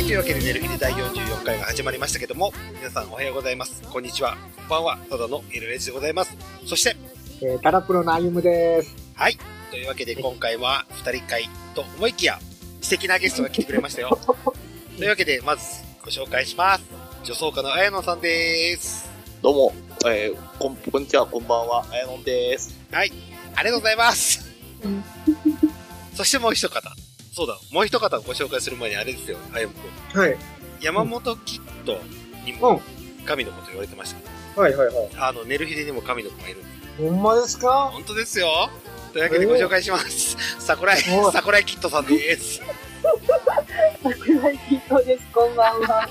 はい、というわけで寝る日で第44回が始まりましたけども、皆さんおはようございます。こんにちは。こんばんは。ただのエルレジでございます。そして、 タラプロのあゆむです。 はい。というわけで今回は2人会と思いきや、素敵なゲストが来てくれましたよ。というわけで、まずご紹介します。女装家の綾野さんです。 どうも、こんにちは、こんばんは、綾野です。 はい。ありがとうございます。そしてもう一方。そうだ、もう一方をご紹介する前にあれですよ、あやむくん。 はい。 山本キッドにも神の子と言われてました。 はいはいはい。 寝る日でにも神の子がいるんです。 ほんまですか？ 本当ですよ。というわけでご紹介します。桜井キッドさんです。 桜井キッドです。こんばんは。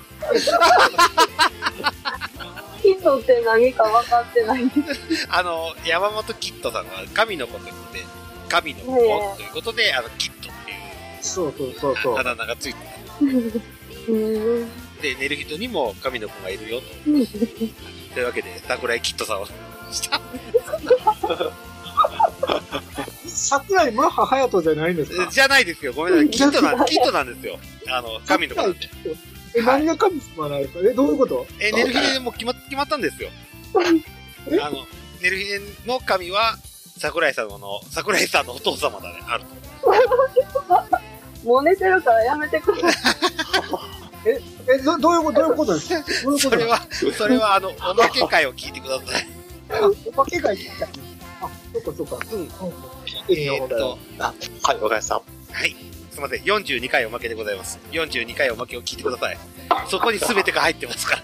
キッドって何か分かってないんです。 山本キッドさんは神の子ということで、神の子ということで、キッドっていう。あだ名がついてた。で、寝る人にも神の子がいるよと。というわけで、桜井キッドさんをした。 桜井マッハ隼人じゃないんですか？ じゃないですよ。ごめんなさい。キッドなんですよ。神の子なんで。 何が神様なんですか？どういうこと？ 寝る日でも決まったんですよ。寝る日での神は、桜井さんのお父様だね、あると。 もう寝てるからやめてくれ。 どういうことですか？ それは、おまけ会を聞いてください。 おまけ会聞いた。あ、そっか。 うん。 はい、わかりました。 はい。すみません。42回おまけでございます。42回おまけを聞いてください。そこに全てが入ってますから。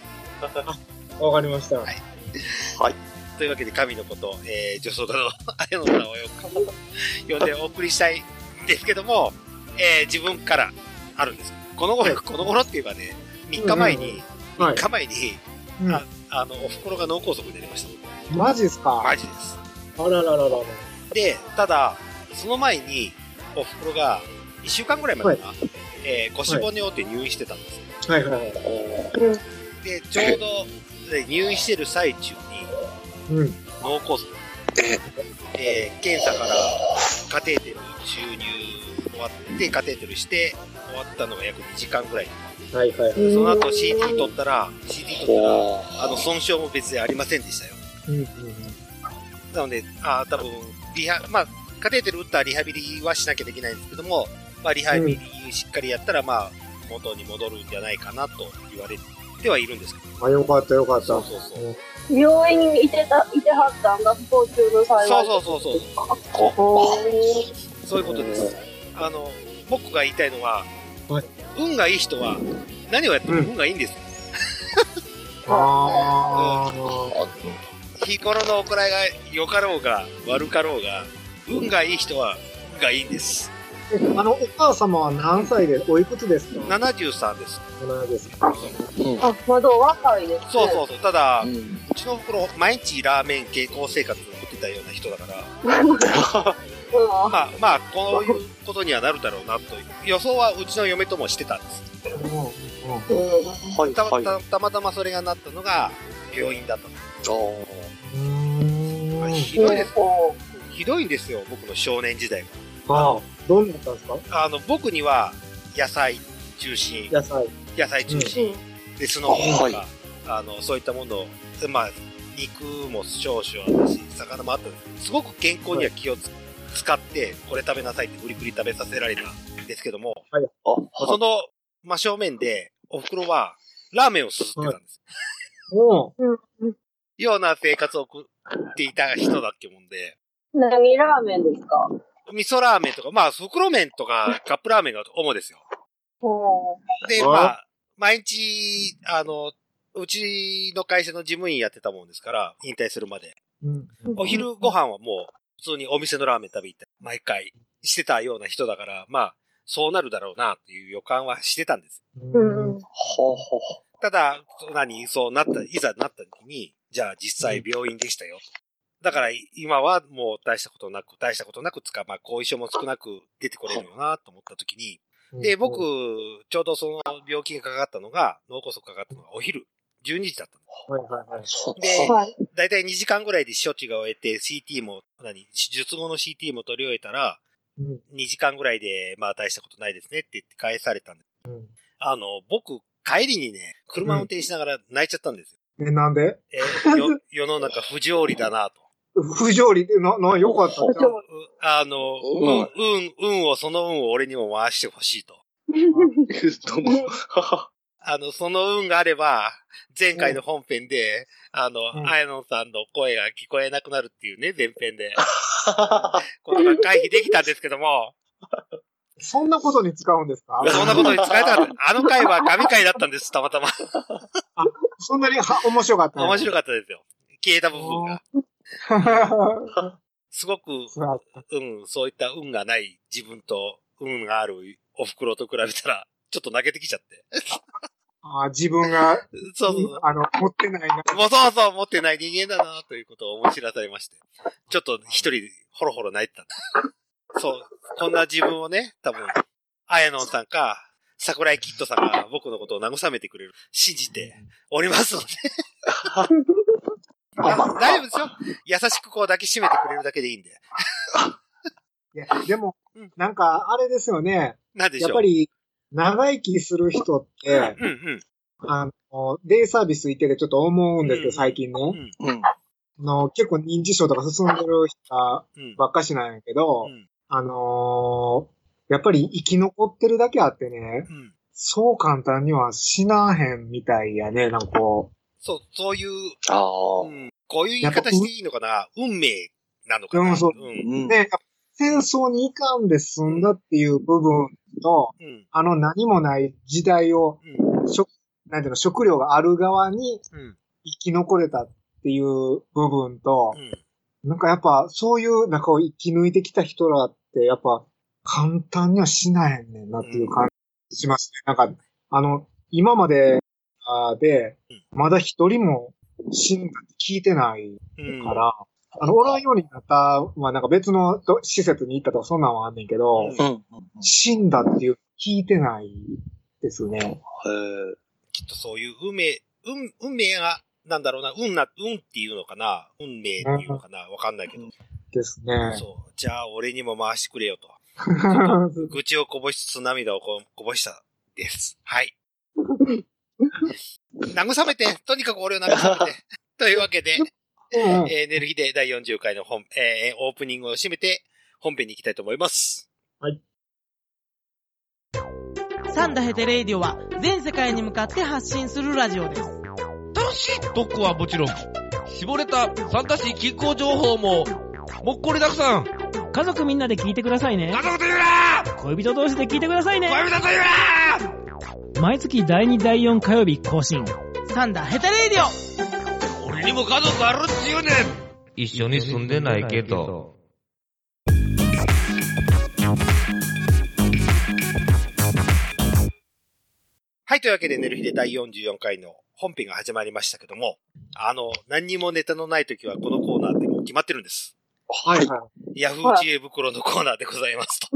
わかりました。 はい。 はい。 というわけで、神のこと、女装家の綾野さんを呼んでお送りしたいんですけども、自分からあるんです。この頃って言えばね、3日前に、お袋が脳梗塞になりました。 マジですか？ マジです。 あらららら。 で、ただ、その前に、お袋が、1週間ぐらい前かな、腰骨を折って入院してたんです。 はい。 で、ちょうど、入院してる最中に、脳梗塞。検査からカテーテル注入終わって、カテーテルして終わったのが約2時間ぐらい。 はい。 その後 CT 取ったら、損傷も別にありませんでしたよ。なので、多分、カテーテル打ったリハビリはしなきゃできないんですけども、リハビリしっかりやったら、元に戻るんじゃないかなと言われてはいるんですけど。 よかった。 そう。 病院にいてはったんが不幸中の幸い。 そう。そういうことです。僕が言いたいのは、運がいい人は何をやっても運がいいんですよ。日頃の行いが良かろうが悪かろうが、運がいい人は運がいいんです。 お母様は何歳で、おいくつですか ？73です。 7ですか？ まだ若いですね。 そう。ただ、うちの袋、毎日ラーメン健康生活を送ってたような人だから、こういうことにはなるだろうなという予想はうちの嫁ともしてたんです。たまたまそれがなったのが病院だったんです。ひどいんですよ、僕の少年時代が。 どうなったんですか？ 僕には野菜中心で、スノーとか、そういったものを、肉も少々あったし、魚もあったんです。すごく健康には気を使って、これ食べなさいってグリグリ食べさせられたんですけども、その真正面で、お袋はラーメンをすすってたんです。ような生活を送っていた人だっけもんで。 何ラーメンですか？ 味噌ラーメンとか、袋麺とかカップラーメンが主ですよ。で、毎日、うちの会社の事務員やってたもんですから、引退するまで。お昼ご飯はもう、普通にお店のラーメン食べ行って、毎回してたような人だから、そうなるだろうな、っていう予感はしてたんです。ただ、いざなった時に、じゃあ実際病院でしたよ。だから今はもう大したことなく後遺症も少なく出てこれるよなと思った時に、で、僕、ちょうどその病気がかかったのが、脳梗塞かかったのがお昼、12時だったの。で、だいたい2時間ぐらいで処置が終えて、CT も、術後の CT も取り終えたら、2時間ぐらいで、大したことないですねって言って返されたんです。 僕、帰りにね、車運転しながら泣いちゃったんですよ。 なんで世の中不条理だなと。 不条理で、よかったじゃん。 その運を俺にも回してほしいと。その運があれば、前回の本編で、あやのさんの声が聞こえなくなるっていうね、前編で。ことが回避できたんですけども。 そんなことに使うんですか？ そんなことに使えたかった。あの回は神回だったんです、たまたま。 そんなに面白かった、 面白かったですよ。消えた部分が。すごく、そういった運がない自分と運があるお袋と比べたら、ちょっと泣けてきちゃって。 自分が、 そう持ってないな。 そう、持ってない人間だな、ということを思い知らされまして。ちょっと一人、ほろほろ泣いてたんだ。そう、こんな自分をね、多分、あやのんさんか、桜井キッドさんが僕のことを慰めてくれる、信じておりますので。大丈夫ですよ。優しくこう抱きしめてくれるだけでいいんで。 いや、でも、なんか、あれですよね。 なんでしょう。 やっぱり、長生きする人って、デイサービス行っててちょっと思うんですけど、最近ね。結構認知症とか進んでる人ばっかしなんやけど、やっぱり生き残ってるだけあってね、そう簡単には死なへんみたいやね、なんかこう。 そういう、こういう言い方していいのかな、運命なのかな。で、戦争に行かんで済んだっていう部分と、何もない時代を、なんていうの、食料がある側に生き残れたっていう部分と、なんかやっぱそういう中を生き抜いてきた人らってやっぱ簡単にはしないねんなっていう感じしますね。なんか、今までまだ一人も死んだって聞いてないから、おらんようになったなんか別の施設に行ったとかそんなんはあんねんけど、死んだっていう聞いてないですね。 きっとそういう運命が、なんだろうな、運っていうのかな、運命っていうのかな、わかんないけど。 ですね。 そう。じゃあ俺にも回してくれよと。愚痴をこぼしつつ涙をこぼしたです。はい。慰めて、とにかく俺を慰めて。というわけで、寝る日で第40回のオープニングを締めて、本編に行きたいと思います。 はい。 サンダヘテレイディオは全世界に向かって発信するラジオです。 楽しい特攻はもちろん、絞れた参加し気候情報ももっこりだくさん。 家族みんなで聞いてくださいね。 家族と言うな。 恋人同士で聞いてくださいね。 恋人と言うな。毎月第2第4火曜日更新。 サンダヘテレイディオ。俺にも家族あるっちゅうねん。一緒に住んでないけど。 はい、というわけで、寝る日で第44回の本編が始まりましたけども、何にもネタのない時はこのコーナーでも決まってるんです。 はい。 ヤフー知恵袋のコーナーでございますと。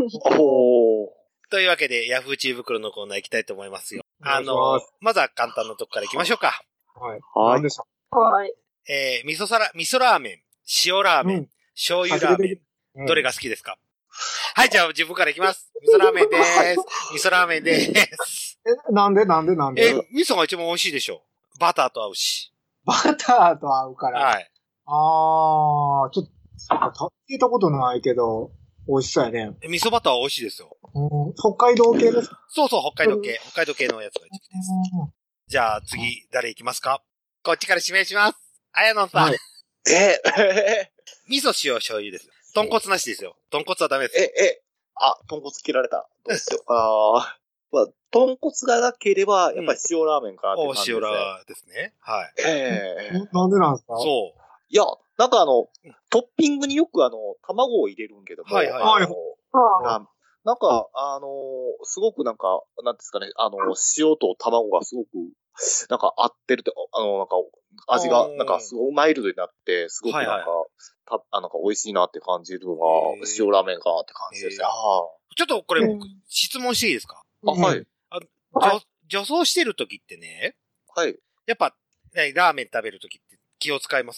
というわけで、ヤフー知恵袋のコーナー行きたいと思いますよ。まずは簡単なとこから行きましょうか。 はい。 はい。 味噌ラーメン、塩ラーメン、醤油ラーメン、どれが好きですか？はい、じゃあ自分から行きます。味噌ラーメンでーす。味噌ラーメンでーす。 なんで味噌が一番美味しいでしょ。バターと合うし。 バターと合うから。 はい。 ちょっと、聞いたことないけど、美味しそうやね。 味噌バターは美味しいですよ。 北海道系ですか？ そうそう、北海道系のやつが好きです。じゃあ次、誰行きますか？こっちから指名します。あやのんさん。はい、味噌塩醤油です。豚骨なしですよ。豚骨はダメです。 豚骨切られた。どうしよう。豚骨がなければ、やっぱり塩ラーメンかなって感じですね。 塩ラーですね。はい。 なんでなんですか？ そう。 いや、なんかトッピングによく卵を入れるんけども。 はい。 なんか、すごくなんか、なんですかね、塩と卵がすごく、なんか合ってるって、なんか、味が、なんかすごいマイルドになって、すごくなんか、なんか美味しいなって感じるのが、塩ラーメンかなって感じですね。 ちょっとこれ、質問していいですか？ はい。 女装してる時ってね。 はい。 やっぱ、ラーメン食べる時って気を使います？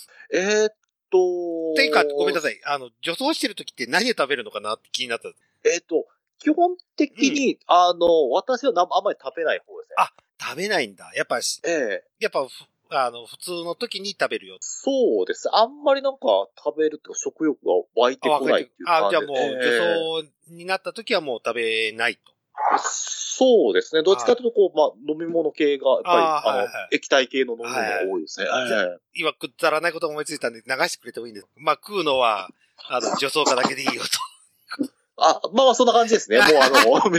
ていうか、ごめんなさい。女装してる時って何を食べるのかなって気になった。 基本本的に、私はあんまり食べない方ですね。 あ、食べないんだ。やっぱ、やっぱ、普通の時に食べるよ。 そうです。あんまりなんか食べると食欲が湧いてこないっていう感じで。 じゃあもう、女装になった時はもう食べないと。 そうですね。どっちかというと、飲み物系が、やっぱり、液体系の飲み物が多いですね。 今、くだらないこと思いついたんで流してくれてもいいんです。食うのは、女装家だけでいいよと。そんな感じですね。もう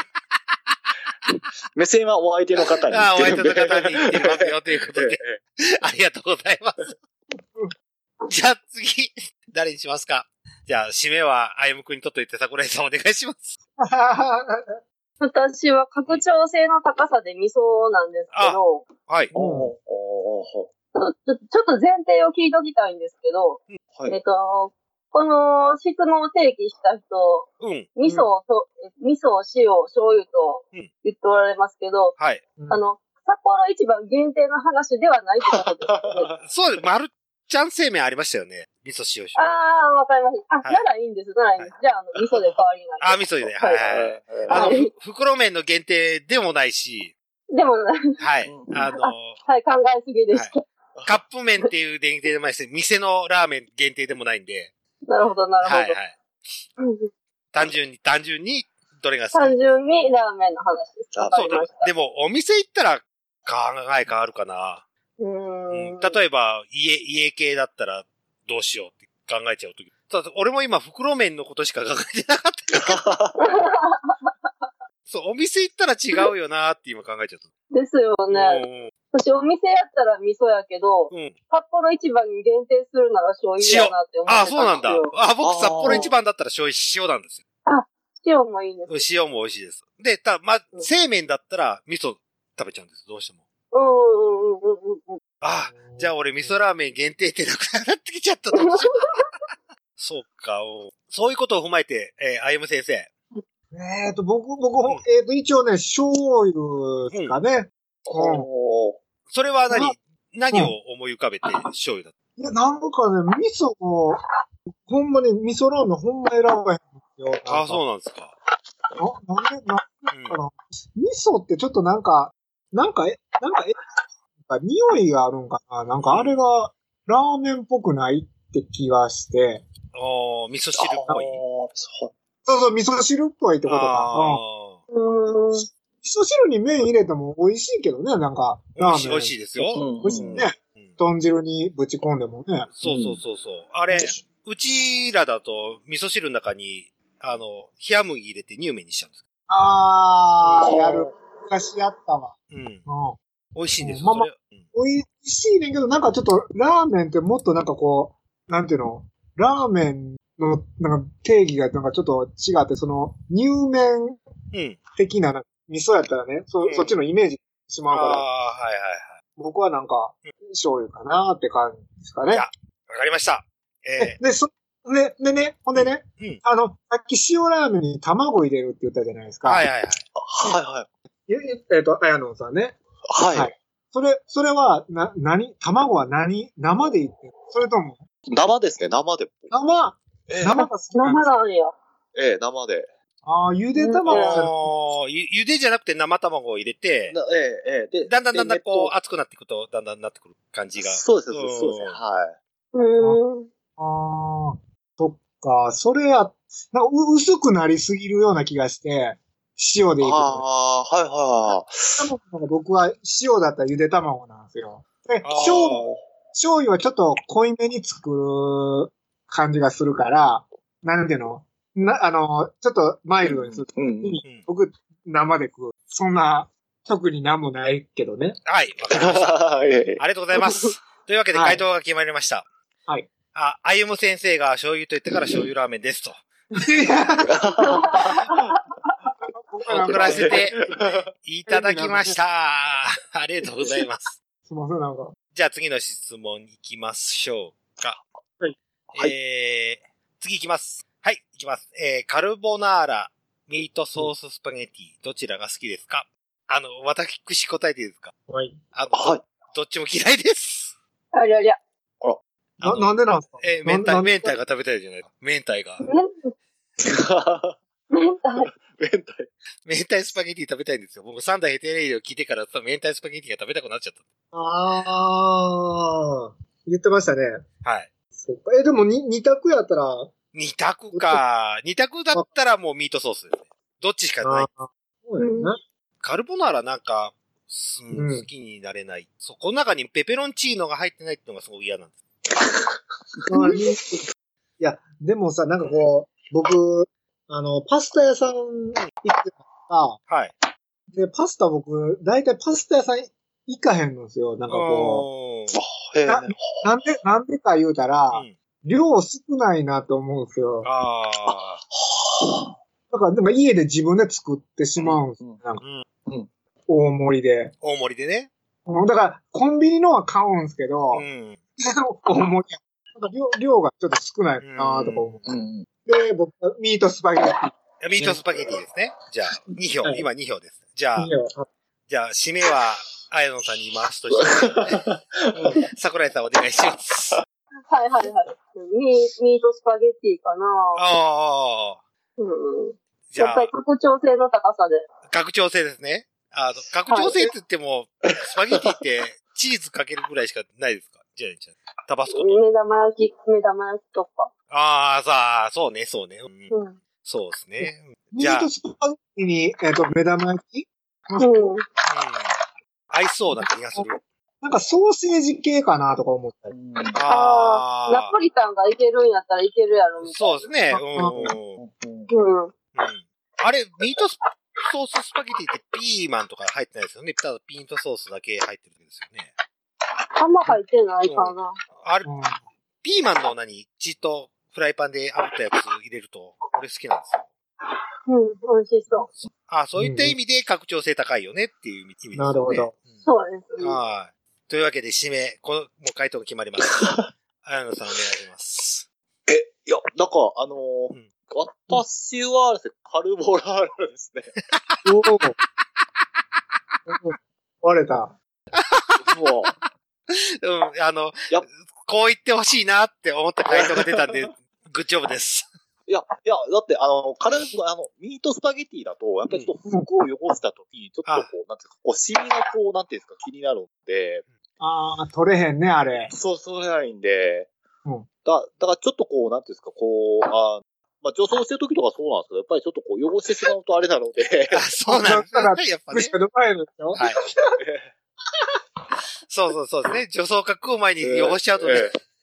目線はお相手の方に。 お相手の方に言ってますよ、ということで。ありがとうございます。じゃあ次、誰にしますか？じゃあ、締めは、あゆむくんにとっといて桜井さんお願いします。 私は拡張性の高さで味噌なんですけど。 はい。 ちょっと前提を聞いときたいんですけど、この質問を提起した人、味噌、塩、醤油と言っておられますけど、 はい。 札幌一番限定の話ではないってことですね。 そうです。まるちゃん製麺ありましたよね。味噌塩醤油。わかりました。ならいいんです。じゃあ、味噌で変わりない。 味噌でね。はい。袋麺の限定でもないし。 でもない。 はい。 はい、考えすぎでした。 カップ麺っていう限定でもないし、店のラーメン限定でもないんで。 なるほど、なるほど。 はいはい。単純に、どれが好き？ 単純にラーメンの話です。 そうでも、お店行ったら考え変わるかな。例えば、家系だったらどうしようって考えちゃうとき。俺も今、袋麺のことしか考えてなかったけど。そう、お店行ったら違うよなーって今考えちゃった。 ですよね。私お店やったら味噌やけど、札幌一番に限定するなら醤油やなって思ってたんですよ。 そうなんだ。僕札幌一番だったら醤油塩なんですよ。 塩もいいんです。 塩も美味しいです。で、製麺だったら味噌食べちゃうんです。どうしても。じゃあ俺味噌ラーメン限定ってなくなってきちゃったと。そうか。そういうことを踏まえて、あゆむ先生。 僕、一応ね、醤油ですかね。 それは何を思い浮かべて醤油だった？ いや、なんかね、味噌を、ほんまに味噌ラーメンほんま選ばへんんですよ。 そうなんですか。 なんでかな。味噌ってちょっとなんか匂いがあるんかな。なんかあれがラーメンっぽくないって気がして。 味噌汁っぽい。 そう、味噌汁っぽいってことか。味噌汁に麺入れても美味しいけどね、なんか。 美味しいですよ。 美味しいね。豚汁にぶち込んでもね。 そう。あれ、うちらだと味噌汁の中に、冷麦入れて乳麺にしちゃうんです。 やる。昔やったわ。 美味しいんですよ。美味しいねんけど、なんかちょっと、ラーメンってもっとなんかこう、なんていうの？ラーメンの、なんか定義がなんかちょっと違って、その、乳麺的な、味噌やったらね、そっちのイメージしまうから。僕はなんか、醤油かなーって感じですかね。 わかりました。 ほんでね、さっき塩ラーメンに卵入れるって言ったじゃないですか。 はい。 綾野さんね。 はい。 それは、卵は生でいってる？それとも生ですね、生で。 生が好き生なんや。 生で。 ゆで卵ゆでじゃなくて生卵を入れて、だんだんこう熱くなっていくと、だんだんなってくる感じが。 そうですね、はい。 そっか、それなんか薄くなりすぎるような気がして、塩でいくと。僕は塩だったらゆで卵なんですよ。醤油はちょっと濃いめに作る感じがするから、なんていうの？ちょっとマイルドにする。僕、生で食う。そんな、特になんもないけどね。 はい、わかりました。ありがとうございます。というわけで回答が決まりました。 はい。 あゆむ先生が醤油と言ってから醤油ラーメンですと。送らせていただきました。ありがとうございます。 すみません、なんか。 じゃあ次の質問いきましょうか。 はい。 次いきます。はい、いきます。カルボナーラ、ミートソーススパゲティ、どちらが好きですか？私答えていいですか？ はい。 はい。どっちも嫌いです。 ありゃりゃ。 なんでなんですか？ 明太が食べたいじゃないか。明太が。 明太。 明太スパゲティ食べたいんですよ。僕3代ヘテレイディを聞いてから明太スパゲティが食べたくなっちゃった。 言ってましたね。 はい。 そっか。でも二択やったら。 二択か。二択だったらもうミートソースですね。どっちしかない。 そうだよね。 カルボナーラなんか、好きになれない。この中にペペロンチーノが入ってないってのがすごい嫌なんです。 いや、でもさ、なんかこう、僕、パスタ屋さん行ってたら、 はい。 で、僕、だいたいパスタ屋さん行かへんのですよ。なんかこう。なんでか言うたら、量少ないなと思うんですよ。だから、家で自分で作ってしまうんですよ。なんか大盛りで。 大盛りでね。 だから、コンビニのは買うんですけど、大盛り。なんか量がちょっと少ないなとか思う。で、僕はミートスパゲティ。 ミートスパゲティですね。じゃあ、2票。今2票です。じゃあ、締めは、綾野さんに回すとして、桜井さんお願いします。 はい。ミートスパゲティかな。 じゃあ。 やっぱり拡張性の高さで。 拡張性ですね。拡張性って言っても、スパゲティってチーズかけるぐらいしかないですか？じゃあ、タバスコと。 目玉焼きとか。 そうね。そうですね。 ミートスパゲティに、目玉焼き？ 合いそうな気がする。 なんかソーセージ系かなとか思ったり。 ナポリタンがいけるんやったらいけるやろみたいな。 そうですね。あれ、ミートソーススパゲティってピーマンとか入ってないですよね。ただピートソースだけ入ってるんですよね。 あんま入ってないかな。 あれ、ピーマンのちっとフライパンで炙ったやつ入れると、俺好きなんですよ。 美味しそう。 そういった意味で拡張性高いよねっていう意味ですね。 なるほど。 そうですね。 はい。というわけで締め、もう回答が決まります。綾野さんお願いします。 いや、なんか、私はですね、カルボナーラですね。 割れた。 もう。 こう言ってほしいなって思った回答が出たんで、グッジョブです。 いや、だって、ミートスパゲティだと、やっぱりちょっと服を汚したときに、ちょっとこう、なんていうか、シミがこう、なんていうんですか、気になるんで。 取れへんね、あれ。 そう、取れないんで。だからちょっとこう、なんていうんですか、こう、女装してるときとかそうなんですけど、やっぱりちょっとこう、汚してしまうとあれなので。 そうなんですね。やっぱね。 はい。 そうですね。女装か食う前に汚しちゃうとね。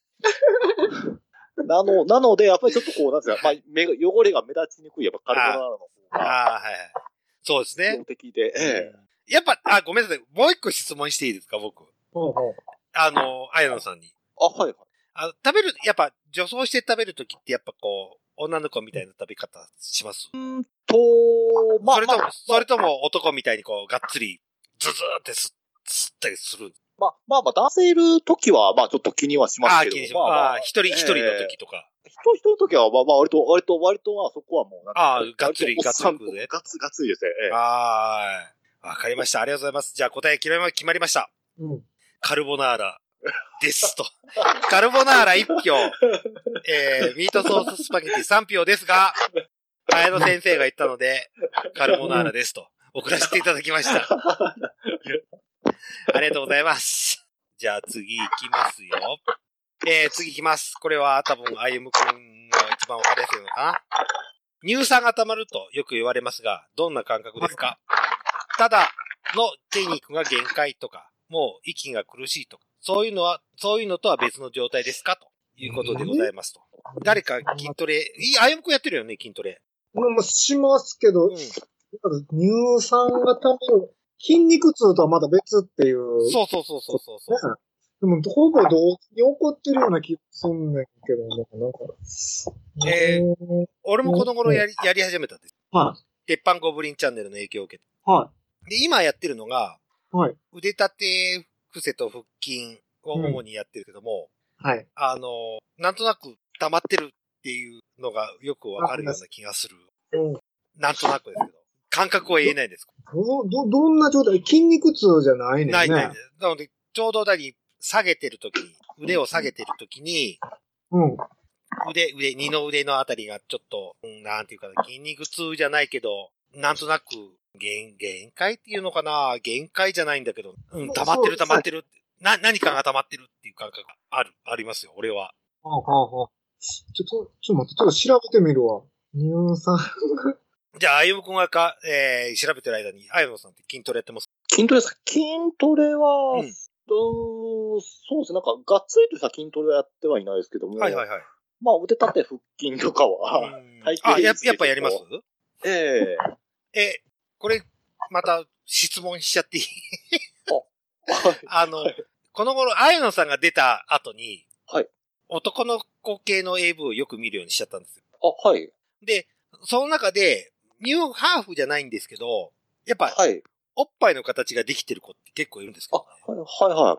なので、やっぱりちょっとこう、なんですか、汚れが目立ちにくい、やっぱカルボナーラの方が。 はい。そうですね。 的で、 やっぱ、ごめんなさい。もう一個質問していいですか、僕。綾野さんに。 はい。 やっぱ、女装して食べるときって、やっぱこう、女の子みたいな食べ方します？それとも男みたいにこう、がっつり、ズズーって吸ったりする？ 男性いるときは、ちょっと気にはしますけど。 気にします。一人のときとか。 一人のときは、割と、そこはもう、 がっつりで。 ガツリですね。 わかりました。ありがとうございます。じゃあ答え決まりました。カルボナーラですと。カルボナーラ1票。ミートソーススパゲティ3票ですが、綾野先生が言ったので、カルボナーラですと。送らせていただきました。ありがとうございます。じゃあ次行きますよ。次行きます。これは多分、歩夢くんが一番わかりやすいのかな。乳酸が溜まるとよく言われますが、どんな感覚ですか？ただの筋肉が限界とか、もう息が苦しいとか、そういうのとは別の状態ですかということでございますと。誰か筋トレ、歩夢くんやってるよね、筋トレ。 しますけど、乳酸が溜まる。筋肉痛とはまた別っていう。 そう。 でも、ほぼ同時に起こってるような気がすんねんけど、なんか。 俺もこの頃やり始めたんです。 はい。 鉄板ゴブリンチャンネルの影響を受けて。 はい。 で、今やってるのが、 はい。 腕立て伏せと腹筋を主にやってるけども、 はい。 なんとなく溜まってるっていうのがよくわかるような気がする。なんとなくですけど。感覚は言えないです。 どんな状態？筋肉痛じゃないね。 ない。なので、ちょうど下げてるときに、腕を下げてるときに、二の腕のあたりがちょっと、なんていうかな、筋肉痛じゃないけど、 なんとなく、限界っていうのかな、限界じゃないんだけど、溜まってる。何かが溜まってるっていう感覚がありますよ、俺は。 ちょっと待って、ちょっと調べてみるわ。乳酸。 じゃあ、あゆむくんが調べてる間に、あゆむさんって筋トレやってます？ 筋トレですか？筋トレは、そうですね。なんか、がっつりとした筋トレはやってはいないですけども。 はい。 まあ、腕立て腹筋とかは、 やっぱやります？ ええ。 これ、また質問しちゃっていい？この頃、あゆのさんが出た後に、 はい。 男の子系の AV をよく見るようにしちゃったんですよ。 はい。 で、その中で、ニューハーフじゃないんですけど、やっぱ、 はい。 おっぱいの形ができてる子って結構いるんですけど、 ね。はい。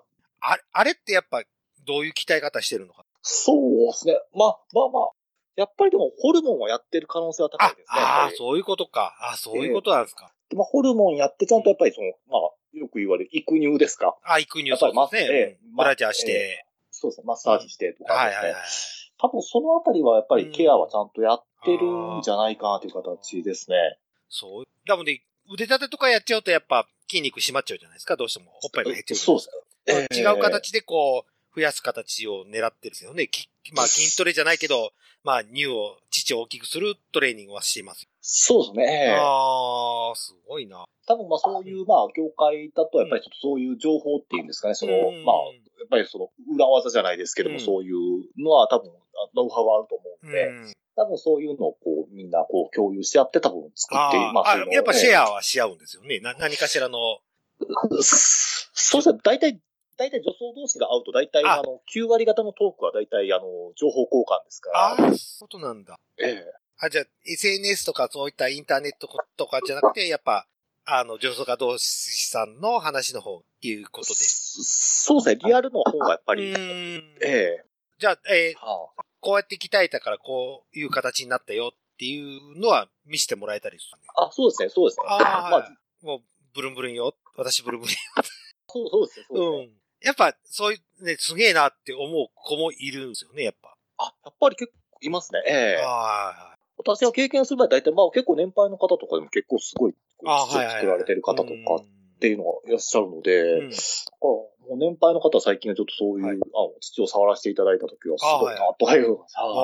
あれってやっぱ、どういう鍛え方してるのか？ そうですね。まあ。やっぱりでも、ホルモンはやってる可能性は高いですね。 そういうことか。そういうことなんですか。 ホルモンやってちゃんとやっぱりよく言われる育乳ですか？ 育乳そうですね。ブラジャーして。 そうですね。マッサージしてとかですね。 はい。 多分そのあたりはやっぱりケアはちゃんとやってるんじゃないかなという形ですね。 そう。多分ね、腕立てとかやっちゃうとやっぱ筋肉締まっちゃうじゃないですか。どうしてもおっぱいが減っちゃう。 そうですね。違う形でこう、増やす形を狙ってるんですよね。筋トレじゃないけど、乳を大きくするトレーニングはしています。 そうですね。 すごいな。 多分そういう業界だとやっぱりそういう情報っていうんですかね、やっぱり裏技じゃないですけども、そういうのは多分ノウハウはあると思うんで、多分そういうのをみんな共有し合って多分作っています。 やっぱシェアはし合うんですよね。何かしらの。 そうですね、大体女装同士が会うと大体9割方のトークは大体情報交換ですから。 そういうことなんだ。 ええ。 じゃあ SNS とかそういったインターネットとかじゃなくて、やっぱ、女装家同士さんの話の方っていうことで。 そうですね、リアルの方がやっぱり。 じゃあ、こうやって鍛えたからこういう形になったよっていうのは見せてもらえたりするね。 そうですね。 もう、ブルンブルンよ。私ブルンブルンよ。 そうですね。 やっぱ、そういうね、すげえなって思う子もいるんですよね、やっぱ。 やっぱり結構いますね。私が経験する場合、大体結構年配の方とかでも結構すごい、作られてる方とかっていうのがいらっしゃるので、だからもう年配の方は最近はちょっとそういう、土を触らせていただいたときはすごいな、という。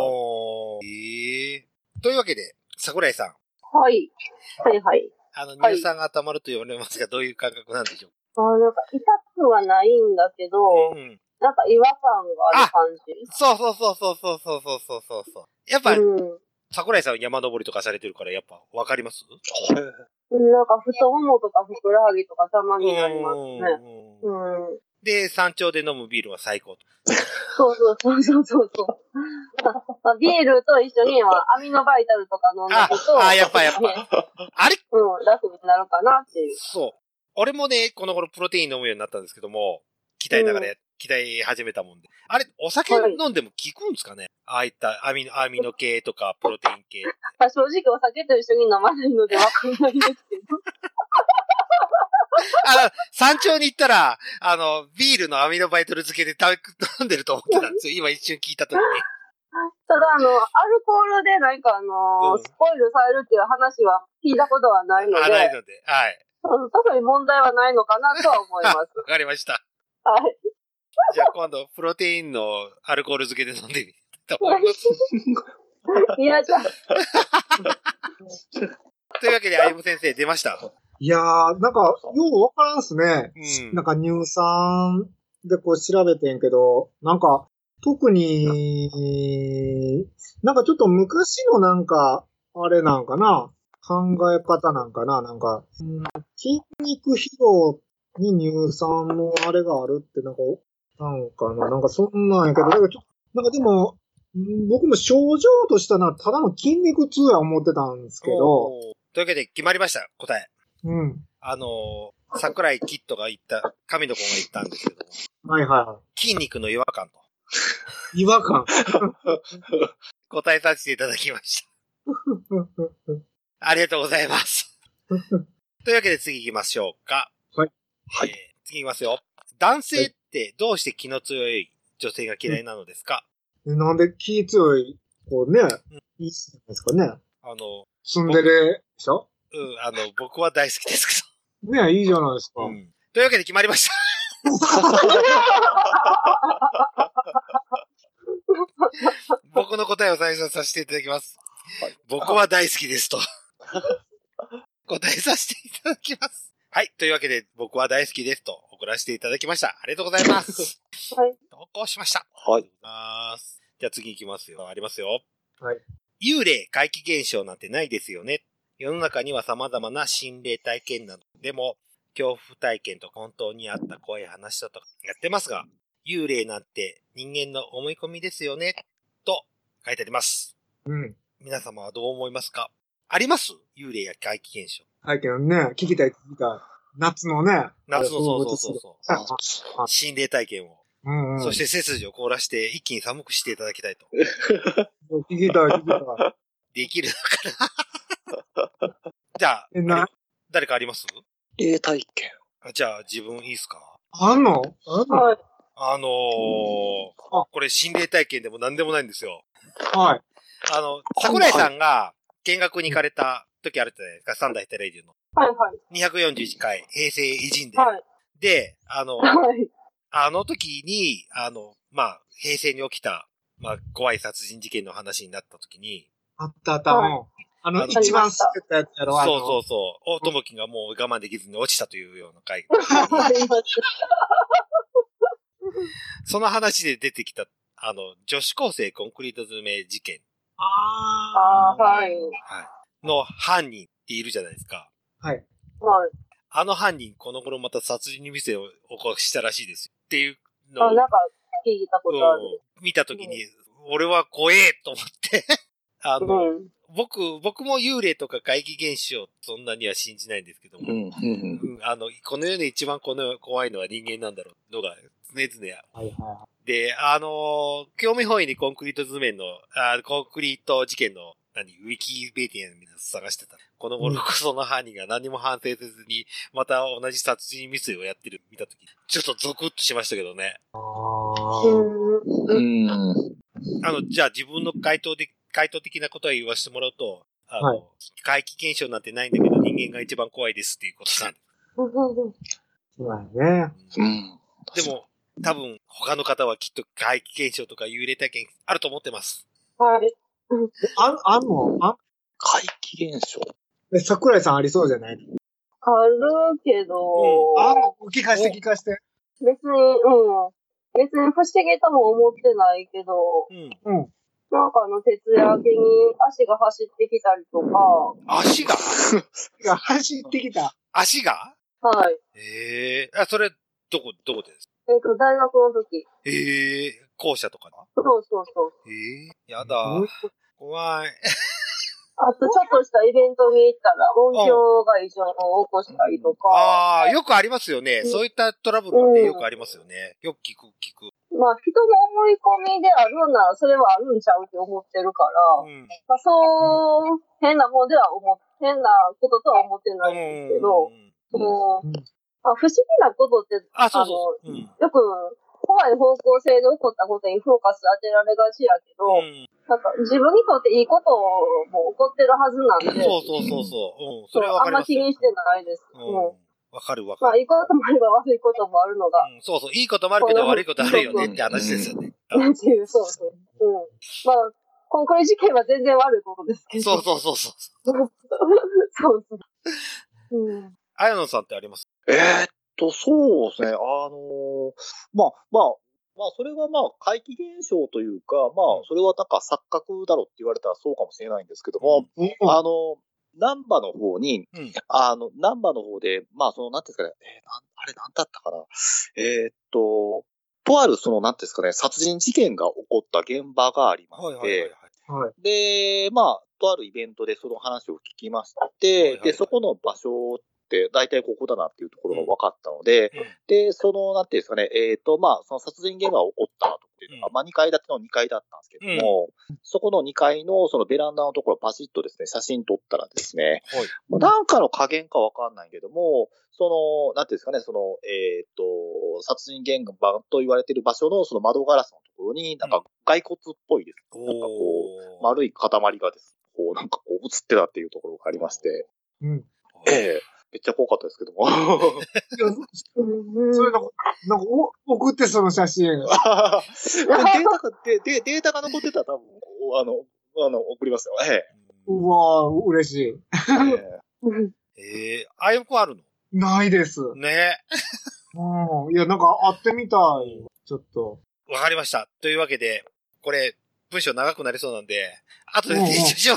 というわけで、桜井さん。 はい。 乳酸が溜まると言われますが、どういう感覚なんでしょう？ なんか痛くはないんだけど、なんか違和感がある感じ。 そう。やっぱ、桜井さんは山登りとかされてるから、やっぱわかります？ なんか太ももとかふくらはぎとかたまになりますね。 で、山頂で飲むビールは最高と。 そう。ビールと一緒にアミノバイタルとか飲んだと。 やっぱ。あれ？ 楽になるかなっていう。 そう。俺もね、この頃プロテイン飲むようになったんですけども、鍛え始めたもんで。あれ、お酒飲んでも効くんですかね？ああいったアミノ系とかプロテイン系。 正直お酒と一緒に飲まないのでわかんないんですけど。 山頂に行ったら、ビールのアミノバイトル漬けで飲んでると思ってたんですよ。今一瞬聞いたときに。 ただ、アルコールでなんかスポイルされるっていう話は聞いたことはないので。 ないので、はい。 特に問題はないのかなとは思います。わかりました。 はい。 じゃあ今度、プロテインのアルコール漬けで飲んでみたいと思います。 嫌じゃん。 というわけで、あゆむ先生出ました。 いやー、なんか、ようわからんすね。なんか乳酸で調べてんけど、なんか、特に、なんかちょっと昔のなんか、あれなんかな、考え方なんかな、なんか、筋肉疲労に乳酸のあれがあるってなんかそんなんやけど、なんかでも、僕も症状としたのはただの筋肉痛や思ってたんですけど。 というわけで決まりました、答え。桜井キッドが言った、神の子が言ったんですけども。筋肉の違和感と。 違和感答えさせていただきました。ありがとうございます。というわけで次行きましょうか。次行きますよ。男性ってどうして気の強い女性が嫌いなのですか？ なんで気強い、いいじゃないですかね。ツンデレでしょ？ 僕は大好きですけど。ねえ、いいじゃないですか。 というわけで決まりました。僕の答えを最初させていただきます。はい、僕は大好きですと。答えさせていただきます。はい。というわけで、僕は大好きですと送らせていただきました。ありがとうございます。 はい。 投稿しました。 はい。 じゃあ次行きますよ。ありますよ。 はい。 幽霊、怪奇現象なんてないですよね。世の中には様々な心霊体験などでも、恐怖体験と本当にあった怖い話だとかやってますが、幽霊なんて人間の思い込みですよね、と書いてあります。 うん。 皆様はどう思いますか？あります？幽霊や怪奇現象。 はいけどね、聞きたい。夏のね。 夏のそう。心霊体験を。 うんうん。 そして背筋を凍らして一気に寒くしていただきたいと。 聞きたい。 できるのかなじゃあ、誰かあります？ 霊体験。 じゃあ自分いいですか？ あんの？ はい。 これ心霊体験でも何でもないんですよ。 はい。 桜井さんが見学に行かれた時あるじゃないですか、三代テレビの。 はいはい。 241回、平成偉人で。 はい。 で、 はい。 あの時に、平成に起きた、怖い殺人事件の話になった時に。 あった。一番捨てたやつやろ、 そう。ともきがもう我慢できずに落ちたというような回。その話で出てきた、女子高生コンクリート詰め事件。 はい。 の犯人っているじゃないですか。 はい。 はい。 あの犯人、この頃また殺人未遂を起こしたらしいですよ。っていうのを。 なんか、聞いたことある。 見たときに、俺は怖えと思って僕も幽霊とか怪奇現象、そんなには信じないんですけども、この世で一番怖いのは人間なんだろうのが常々や。で、興味本位にコンクリート図面の、コンクリート事件の、ウィキペディアみたいなの探してた。この頃こその犯人が何も反省せずに、また同じ殺人未遂をやってる見たとき、ちょっとゾクッとしましたけどね。じゃあ自分の回答的なことは言わせてもらうと、怪奇現象なんてないんだけど人間が一番怖いですっていうことなんです。 そうだね。 でも、多分他の方はきっと怪奇現象とか幽霊体験あると思ってます。 はい。 あんの？ 怪奇現象。 桜井さんありそうじゃない？ あるけど、 聞かして。 別に不思議とも思ってないけど、なんか徹夜明けに足が走ってきたりとか。 足が走ってきた。 足が？ はい。 それ、どこですか？ 大学の時。 校舎とかな？ そう。 やだ。怖い。 あと、ちょっとしたイベントに行ったら、音響が異常を起こしたりとか。 よくありますよね。そういったトラブルってよくありますよね。よく聞く。 人の思い込みであるなら、それはあるんちゃうって思ってるから、そう、変なこととは思ってないんですけど、不思議なことって、よく、怖い方向性で起こったことにフォーカス当てられがちやけど、自分にとっていいことも起こってるはずなんで。 そう。それはわかります。 あんま気にしてないです。 わかる。 いいこともあれば悪いこともあるのが。 そう。いいこともあるけど悪いことあるよねって話ですよね。 そう。コンクリ事件は全然悪いことですけど。 そう。 そう。 綾野さんってあります？ そうですね。それは怪奇現象というか、それはなんか錯覚だろって言われたらそうかもしれないんですけども、南波の方に、南波の方で、なんていうんですかね、あれなんだったかな。とあるなんていうんですかね、殺人事件が起こった現場がありまして、で、とあるイベントでその話を聞きまして、で、そこの場所って大体ここだなっていうところが分かったので、で、なんていうんですかね、その殺人現場が起こったとっていうのが、2階建ての2階だったんですけども、そこの2階のそのベランダのところをパシッとですね、写真撮ったらですね、なんかの加減か分かんないけども、なんていうんですかね、殺人現場と言われている場所のその窓ガラスのところに、なんか骸骨っぽいです。なんか丸い塊がです。映ってたっていうところがありまして。 うん。 めっちゃ怖かったですけども。 それなんか送ってその写真。 データが残ってたら多分、送りますよ。 うわぁ、嬉しい。ああいう子あるの？ ないです。 ね。 いや、なんか会ってみたい。ちょっと。 わかりました。というわけで、これ、文章長くなりそうなんで、後で編集します。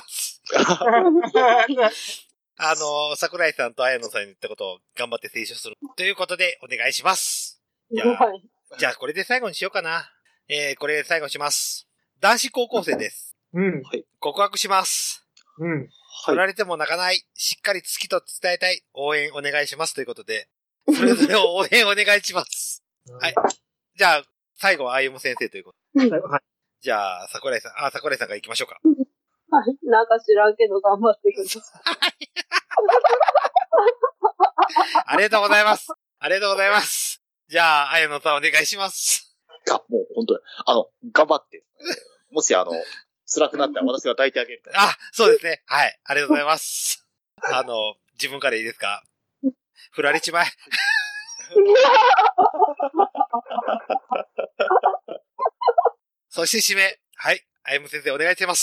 桜井さんと綾野さんに言ったことを頑張って清書する。ということで、お願いします。じゃあこれで最後にしようかな。これで最後します。男子高校生です。 うん。 告白します。 うん。 振られても泣かない。しっかり好きと伝えたい。応援お願いします。ということで、それぞれ応援お願いします。はい。じゃあ、最後は歩先生ということで。はい。じゃあ、桜井さんから行きましょうか。 はい。なんか知らんけど頑張ってください。 ありがとうございます。ありがとうございます。じゃあ、綾野さんお願いします。 もう本当に、頑張って。もし辛くなったら私が抱いてあげる。 そうですね。はい。ありがとうございます。自分からいいですか？振られちまえ。そして締め。はい。あゆむ先生お願いします。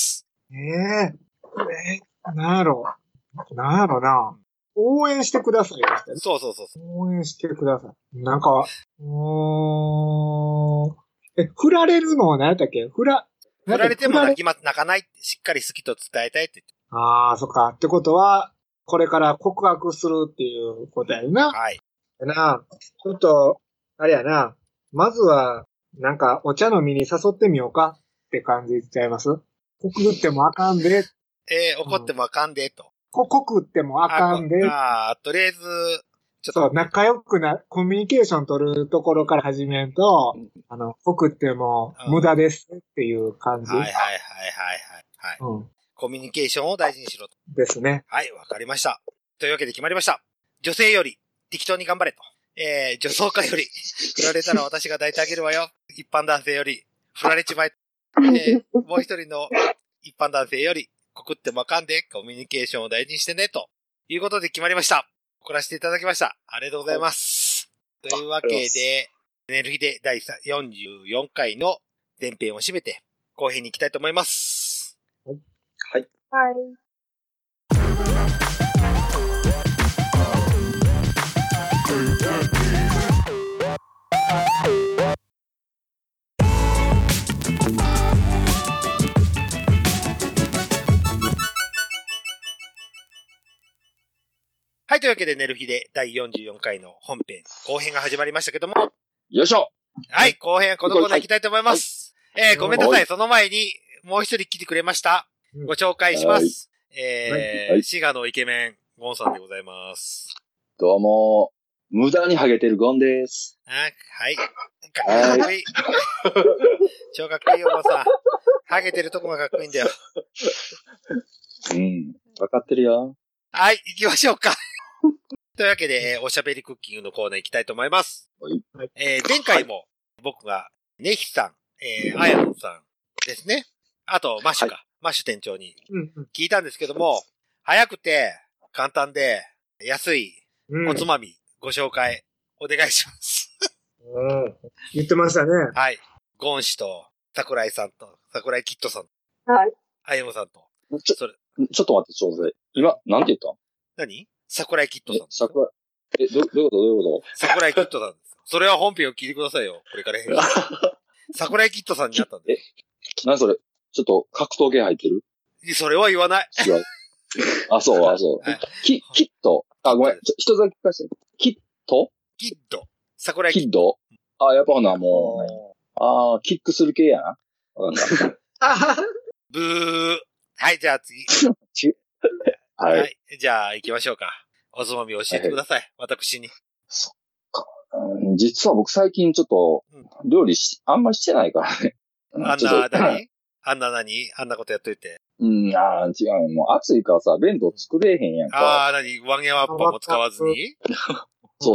なんやろな。応援してくださいですね。 そう。 応援してください。なんか、振られるのは何やったっけ？振られても泣かないって、しっかり好きと伝えたいって言って。 そっか。ってことは、これから告白するっていうことやな。 はい。 ちょっと、あれやな。まずは、なんか、お茶飲みに誘ってみようかって感じちゃいます？告ってもあかんで。 怒ってもあかんで、と。 告ってもあかんで。 とりあえず、 そう、仲良くコミュニケーション取るところから始めると、告っても無駄ですっていう感じ。はい。 コミュニケーションを大事にしろと。 ですね。 はい、わかりました。というわけで決まりました。女性より適当に頑張れと。女装家より振られたら私が抱いてあげるわよ。一般男性より振られちまえ。もう一人の一般男性より告ってもあかんでコミュニケーションを大事にしてねということで決まりました。送らせていただきました。ありがとうございます。というわけで、寝る日で第44回の前編を締めて後編に行きたいと思います。 はい。 はい、というわけで、寝る日で第44回の本編、後編が始まりましたけども。 よいしょ。 はい、後編はこのコーナー行きたいと思います。ごめんなさい、その前に、もう一人来てくれました。ご紹介します。滋賀のイケメン、ゴンさんでございます。 どうも、無駄にハゲてるゴンです。 はい。かっこいい。超かっこいいよ、ゴンさん。ハゲてるとこがかっこいいんだよ。 わかってるよ。 はい、行きましょうか。というわけで、おしゃべりクッキングのコーナー行きたいと思います。前回も僕がネヒさん、アヤノンさんですね。あと、マッシュか。マッシュ店長に聞いたんですけども、早くて簡単で安いおつまみご紹介お願いします。 言ってましたね。 はい。ゴン氏と桜井さんと桜井キッドさん。 はい。 アヤノンさんと。 ちょっと待って、ちょうだい。今、なんて言った？ 何？桜井キッドさん。 どういうこと桜井キッドさんです。それは本編を聞いてくださいよ。これから編集。桜井キッドさんになったんで。 何それ？ちょっと格闘系入ってる？ それは言わない。 違う。そう。はい、キッド。ごめん。一つだけ聞かせて。キッド？ 桜井キッド。やっぱほな、もう、キックする系やな。わかんない。 ブー。はい、じゃあ次。はい。じゃあ行きましょうか。おつまみ教えてください。私に。 そっか。実は僕最近ちょっと、料理あんまりしてないからね。 あんなことやっといて。 違う。もう暑いからさ、弁当作れへんやんか。 ワンゲワッパも使わずにそう。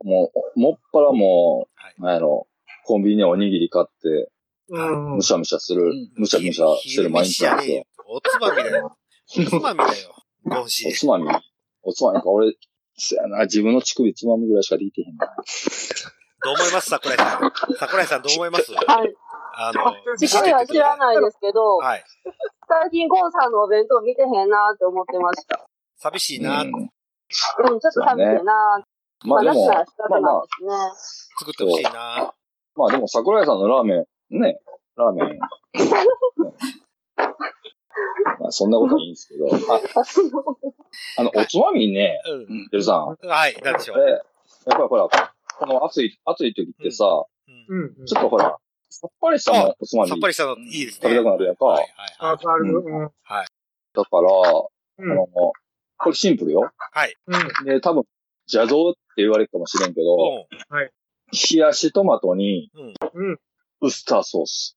もっぱらもう、なんやろ、コンビニでおにぎり買って、むしゃむしゃしてる毎日なんですよ。 おつまみだよ。 ゴンシー。 おつまみか、俺、そやな、自分の乳首つまむぐらいしかできてへんな。 どう思います桜井さん。桜井さんどう思います？ はい。乳首は知らないですけど、はい。最近ゴンさんのお弁当見てへんなって思ってました。 寂しいな。 ちょっと寂しいな。 まあでも、 作ってほしいな。 まあでも桜井さんのラーメン、ね、ラーメン。まあそんなことはいいんですけど。おつまみね、てるさん。 はい、なんでしょう。 やっぱりほら、この暑い時ってさ、ちょっとほら、さっぱりしたのおつまみ。 さっぱりしたのいいですね。 食べたくなるやんか。はい。 はい。 だから、これシンプルよ。 はい。 で、多分、邪道って言われるかもしれんけど、 はい。 冷やしトマトに、ウスターソース。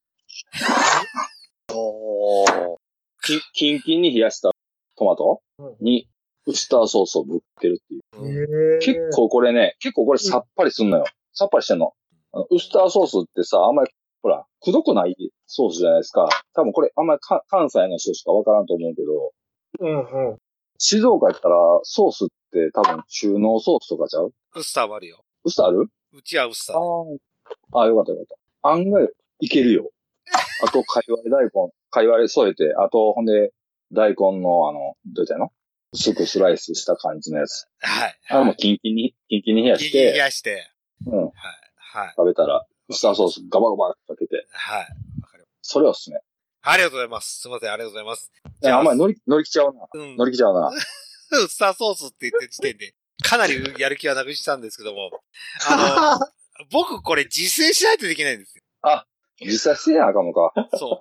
キンキンに冷やしたトマトにウスターソースをぶってるっていう。結構これさっぱりすんのよ。さっぱりしてんの。ウスターソースってさ、あんまり、ほら、くどくないソースじゃないですか。多分これあんまり関西の人しかわからんと思うけど、静岡やったらソースって多分中濃ソースとかちゃう？ ウスターもあるよ。 ウスターある？ うちはウスター。 よかったよかった。案外いけるよ。あと、かいわれ添えて、あと、ほんで、大根のどうやったの？薄くスライスした感じのやつ。 はい。 もうキンキンに冷やして。 冷やして。 はい。食べたら、ウスターソースガバガバかけて。 はい。 それはおすすめ。 ありがとうございます。すみません、ありがとうございます。 あんまり乗り気ちゃうな。乗り気ちゃうな。 ウスターソースって言ってる時点で、かなりやる気はなくしたんですけども、僕これ実践しないとできないんですよ。 実際せやあかんのか。 そう。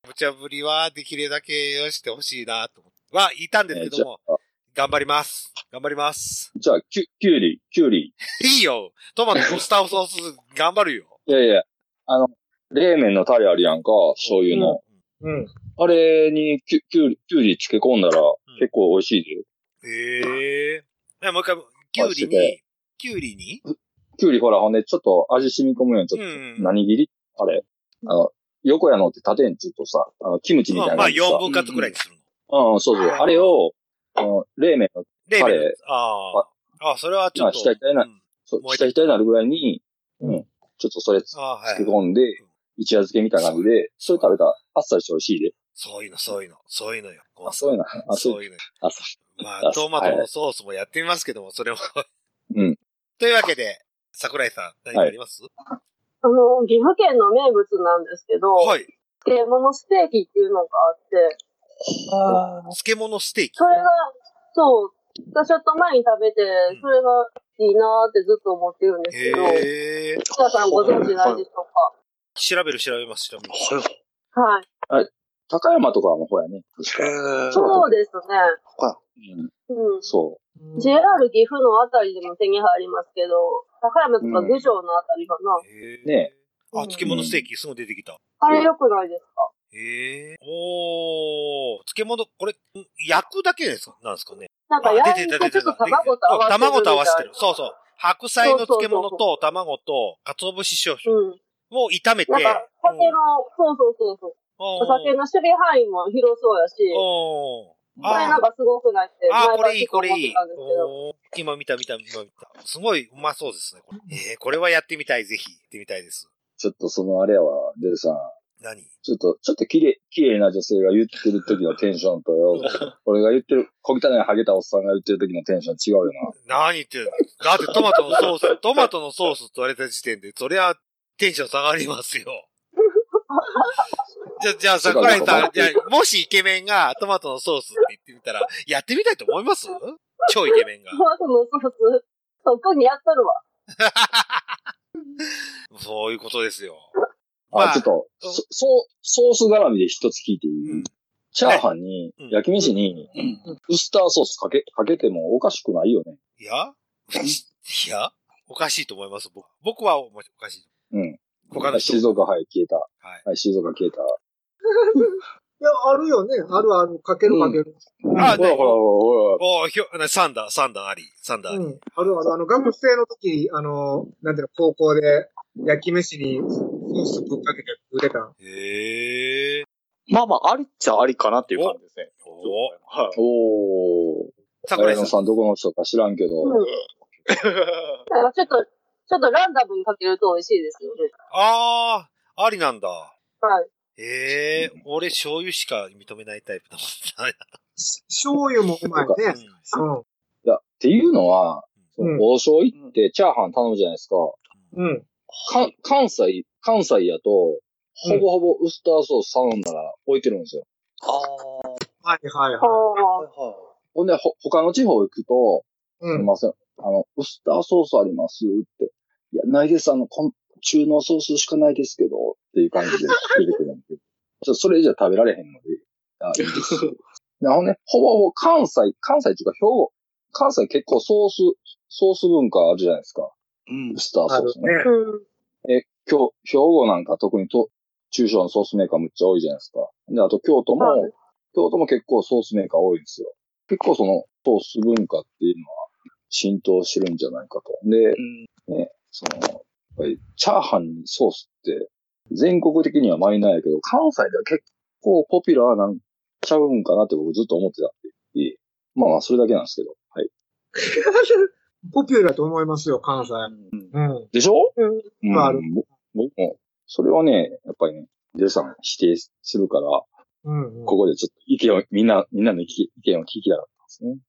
無茶ぶりはできるだけしてほしいなと思って。言ったんですけども、頑張ります。 じゃあ、キュウリ。 いいよ。トマトウスターソース頑張るよ。 いや、冷麺のタレあるやんか、醤油の。あれにキュウリ漬け込んだら結構美味しいで。もう一回、キュウリにキュウリほら、ほんでちょっと味染み込むようにちょっと、何切りあれ横やのって縦にちょっとさ、キムチみたいな。 まあ4分割くらいにするの。そう。あれを、冷麺のタレ。 それはちょっと。 下になるぐらいに、ちょっとそれ漬け込んで、一夜漬けみたいな感じで、それ食べたらあっさりして美味しいで。 そういうのよ。 そういうの。 まあ、トマトのソースもやってみますけども、それも。というわけで、桜井さん、何かあります？ 岐阜県の名物なんですけど、漬物ステーキっていうのがあって、 漬物ステーキ？ それが、そう、ちょっと前に食べて、それがいいなーってずっと思ってるんですけど、皆さんご存知ないでしょうか？ 調べます。 はい。 高山とかの方やね。 そうですね。 そう。 JR 岐阜のあたりでも手に入りますけど、高山とか郡上のあたりかな。 ねえ。漬物ステーキすぐ出てきた。 あれ良くないですか？ 漬物、これ、焼くだけなんですかね。 なんか焼いてちょっと卵と合わせてる。 そう。白菜の漬物と卵と鰹節少々を炒めて。 なんか酒の、そう。お酒の守備範囲も広そうやし。これなんかすごくないって。 これいい。今見た。すごいうまそうですね。これはやってみたい、ぜひ。やってみたいです。 ちょっとそのあれやわ、デルさん。 何？ ちょっと綺麗な女性が言ってる時のテンションとよ、俺が言ってる、小汚いハゲたおっさんが言ってる時のテンション違うよな。何言ってるの？だってトマトのソースと言われた時点で、そりゃテンション下がりますよ。じゃあ、桜井さん、もしイケメンがトマトのソースって言ってみたら、やってみたいと思います？超イケメンが。 トマトのソース、特にやっとるわ。 そういうことですよ。 ちょっと、ソース絡みで一つ聞いていい？チャーハンに、焼き飯に、ウスターソースかけてもおかしくないよね。 いや、おかしいと思います。僕はおかしい。他の人。 静岡、消えた。はい、静岡消えた。いや、あるよね。ある、かける。 ほら。サンダーあり。 ある。学生の時、なんていうの、高校で焼き飯にソースぶっかけて売れた。 まあまあ、ありっちゃありかなっていう感じですね。 おー。桜井さんどこの人か知らんけど。 ちょっとランダムにかけると美味しいですよね。 ありなんだ。 はい。 俺醤油しか認めないタイプだもん。 醤油もうまいね。 いや、っていうのは、王将行ってチャーハン頼むじゃないですか。関西やと、ほぼほぼウスターソース頼んだら置いてるんですよ。 はい。 ほんで、他の地方行くと、すみません。ウスターソースありますって。いや、ないです。中濃ソースしかないですけど、っていう感じで出てくるんで。それじゃ食べられへんので、いいですよ。ほんで、ほぼほぼ関西っていうか兵庫、関西結構ソース文化あるじゃないですか。ウスターソースね。兵庫なんか特に中小のソースメーカーむっちゃ多いじゃないですか。で、あと京都も結構ソースメーカー多いんですよ。結構そのソース文化っていうのは浸透してるんじゃないかと。で、ね、やっぱりチャーハンにソースって全国的にはマイナーやけど、関西では結構ポピュラーなんちゃうんかなって僕ずっと思ってたって。まあそれだけなんですけど。はい。 ポピュラーと思いますよ、関西。 でしょ？僕も、それはね、やっぱりね、デルさん否定するから、ここでちょっとみんなの意見を聞きたかったん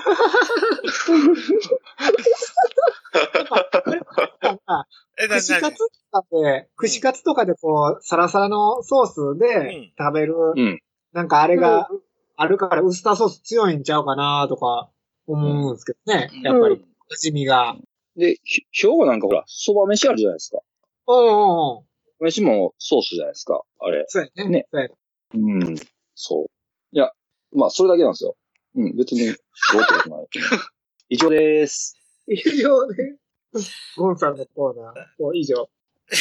ですね。串カツとかでこう、サラサラのソースで食べる、なんかあれがあるからウスターソース強いんちゃうかなとか思うんですけどね。やっぱり、味見が。 で、兵庫なんかほら、蕎麦飯あるじゃないですか。飯もソースじゃないですか、あれ。 そうやね。 そう。いや、まあ、それだけなんですよ。別に、どうってことない。以上でーす。 以上でゴンさんのコーナー、以上。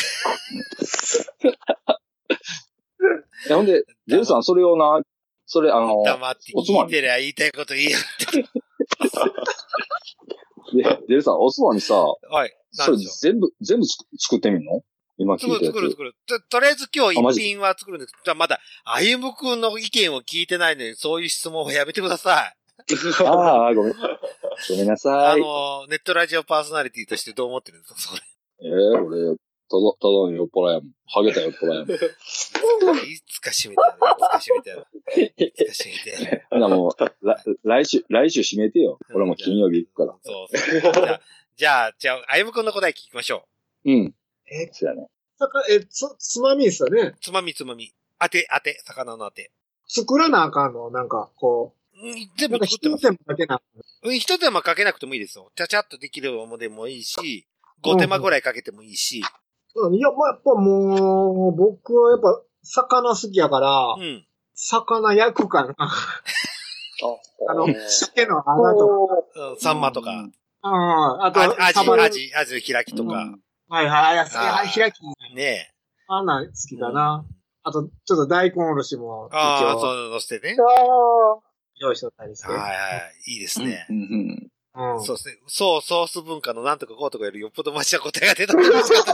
ほんで、デルさん、それをな、 黙って聞いてりゃ言いたいこと言いよって。 で、デルさん、おつまみさ、 はい。 それ全部作ってみんの？今聞いて。 作る。とりあえず今日一品は作るんですけど、まだ、あゆむくんの意見を聞いてないのに、そういう質問はやめてください。 ごめんなさい。 ネットラジオパーソナリティとしてどう思ってるんですか、それ。 俺、ただの酔っ払いやもん。ハゲた酔っ払いやもん。 いつか閉めてやる。 もう、来週閉めてよ。俺も金曜日行くから。 そう。じゃあ、あゆむくんの答え聞きましょう。そうやね。 つまみですよね。 つまみ。当て、魚の当て。 作らなあかんのなんか、こう。 全部作ってます。 一手間かけなくても。 一手間かけなくてもいいですよ。ちゃちゃっとできるものでもいいし、5手間ぐらいかけてもいいし。 いや、まあ、やっぱもう、僕はやっぱ、魚好きやから、魚焼くかな。鮭の穴とか。サンマとか。 あと、 アジの開きとか。 開き。 ねえ。 あんなん好きだな。あと、ちょっと大根おろしも。 そう、乗せてね。 用意しとったりして。 いいですね。そうですね。ソース文化のなんとかこうとかよりよっぽどマシな答えが出た。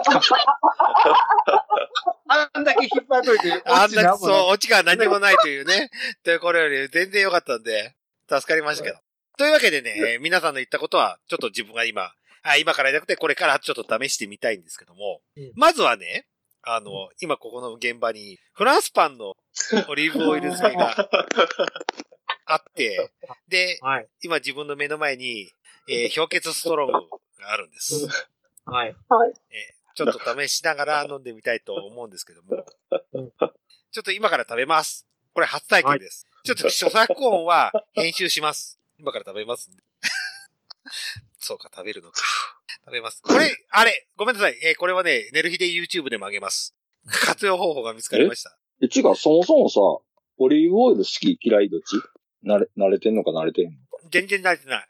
あんだけ引っ張っといて。 オチが何もないというね。というこれより全然良かったんで、助かりましたけど。というわけでね、皆さんの言ったことは、ちょっと自分が今からじゃなくて、これからちょっと試してみたいんですけども、まずはね、今ここの現場に、フランスパンのオリーブオイル漬けがあって、で、今自分の目の前に、氷結ストロングがあるんです。ちょっと試しながら飲んでみたいと思うんですけども、ちょっと今から食べます。これ初体験です。ちょっと著作音は編集します。今から食べますんで。そうか、食べるのか。食べます。これ、ごめんなさい。これはね、寝る日で YouTube でも上げます。活用方法が見つかりました。 違う、そもそもさ、オリーブオイル好き嫌いどっち？慣れてんのか慣れてんのか。 全然慣れてない。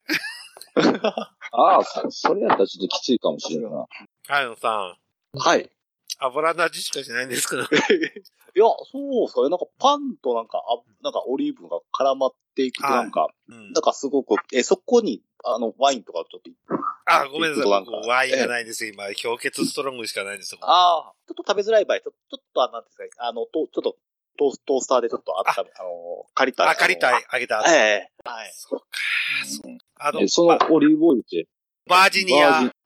それやったらちょっときついかもしれんな。 さん。 はい。 油の味しかしないんですけど。 いや、そうですかね。なんかパンとなんかオリーブが絡まっていくとなんかすごく、そこに、ワインとかちょっと。 ごめんなさい。ワインがないんですよ、今。氷結ストロングしかないんですよ。 ちょっと食べづらい場合、ちょっとなんですか、ちょっとトースターでちょっと借りた。 借りた、あげた。 はい。 そうか。 そのオリーブオイルって、 バージニアじゃ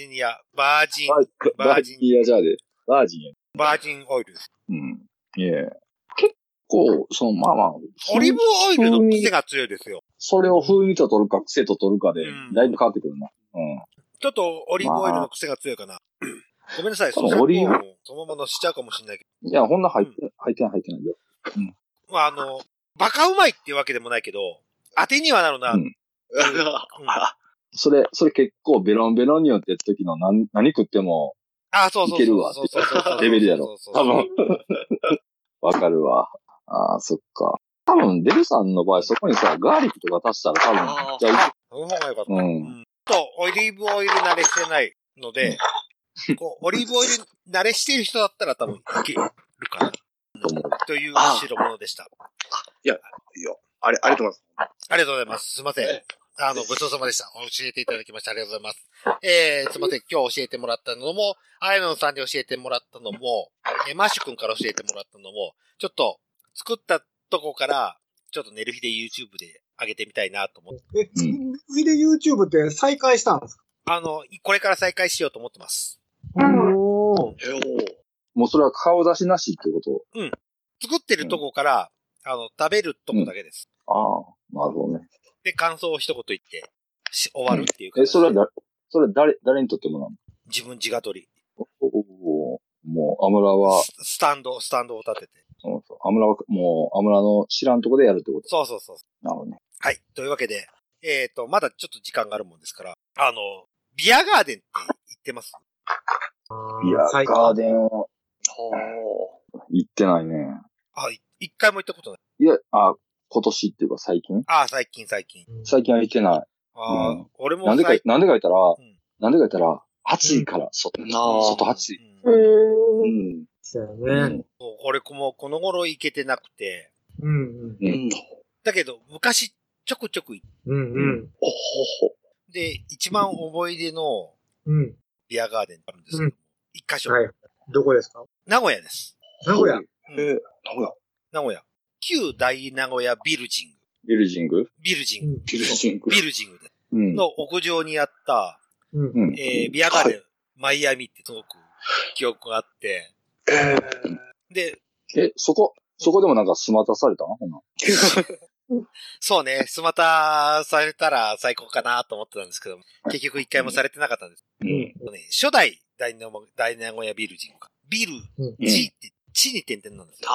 で。バージンや。 バージンオイルです。 うん。結構、 オリーブオイルの癖が強いですよ。 それを風味と取るか、癖と取るかで、だいぶ変わってくるな。 ちょっとオリーブオイルの癖が強いかな。ごめんなさい、そのままのしちゃうかもしれないけど。 いや、ほんな入ってないよ。 バカうまいっていうわけでもないけど、当てにはなるな。 それ結構ベロンベロンによってやった時の何食っても、いけるわってレベルやろ。多分。わかるわ。そっか。多分、デルさんの場合、そこにさ、ガーリックとか足したら多分、 じゃあ、その方がよかった。オリーブオイル慣れしてないので、オリーブオイル慣れしてる人だったら多分いけるかな。という代物でした。 いや、ありがとうございます。 ありがとうございます。すいません。ごちそうさまでした。教えていただきましてありがとうございます。すいません。今日教えてもらったのも、あやのさんに教えてもらったのも、マッシュ君から教えてもらったのも、ちょっと作ったとこから、ちょっと寝る日で YouTube で上げてみたいなと思って。 寝る日で YouTube って再開したんですか？ これから再開しようと思ってます。 もうそれは顔出しなしってこと？ 作ってるとこから、食べるとこだけです。 なるほどね。 で、感想を一言言って、終わるっていうか。 それ誰にとってもなの？ 自が取り。 もう、アムラは。 スタンドを立てて。 そう。アムラの知らんとこでやるってこと？ そう。 なるほどね。 はい。というわけで、まだちょっと時間があるもんですから、ビアガーデンって言ってます？ ビアガーデンを、行ってないね。 一回も行ったことない。 いや、今年っていうか最近？ 最近。 最近は行ってない。 俺もなんでか言ったら、暑いから、外暑い。 そうよね。 俺もこの頃行けてなくて。だけど、昔、ちょくちょく行って。で、一番思い出の、ビアガーデンあるんですけど、一箇所。 どこですか？ 名古屋です。 名古屋。 名古屋。旧大名古屋ビルジング。 ビルジングの屋上にあった、ビアガーデン、マイアミってすごく記憶があって、で、 そこでもなんかスマタされたの？ そうね、スマタされたら最高かなと思ってたんですけど、結局一回もされてなかったんです。初代大名古屋ビルジングか。ビル、G って、地に点々なんですよ。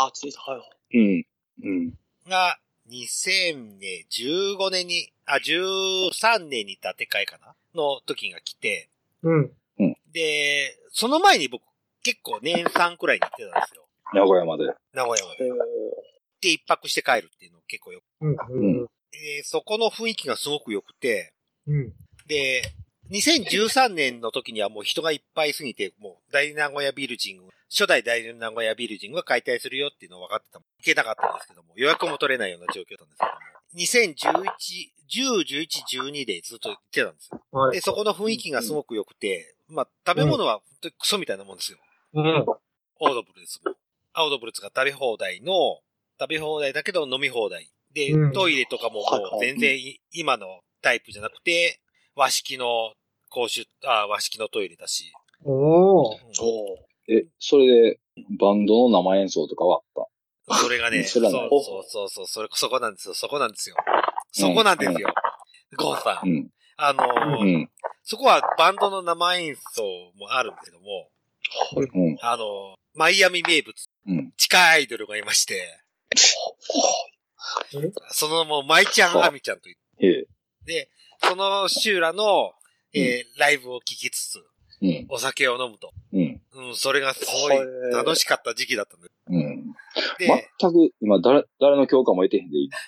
が、2015年に、13年に建て替えかなの時が来て、で、その前に僕結構年3くらいに行ってたんですよ。 名古屋まで。 で、一泊して帰るっていうの結構よく。そこの雰囲気がすごく良くて、で、2013年の時にはもう人がいっぱいすぎて、もう大名古屋ビルジング、初代大名古屋ビルジングが解体するよっていうの分かってたもん。行けなかったんですけども、予約も取れないような状況だったんですけども、10、11、12でずっと行ってたんですよ。で、そこの雰囲気がすごく良くて、食べ物は本当にクソみたいなもんですよ。オードブルですもん。オードブルツが食べ放題だけど飲み放題。で、トイレとかももう全然今のタイプじゃなくて、和式のトイレだし。 それで、バンドの生演奏とかはあった？ それがね、そこなんですよ。そこなんですよ。ゴーさん。そこはバンドの生演奏もあるんだけども、マイアミ名物、地下アイドルがいまして、そのもう、マイちゃん、アミちゃんと言って、で、そのシューラの、ライブを聴きつつ、お酒を飲むと。それがすごい楽しかった時期だったんです。 で、全く今誰の共感も得てへんでいい。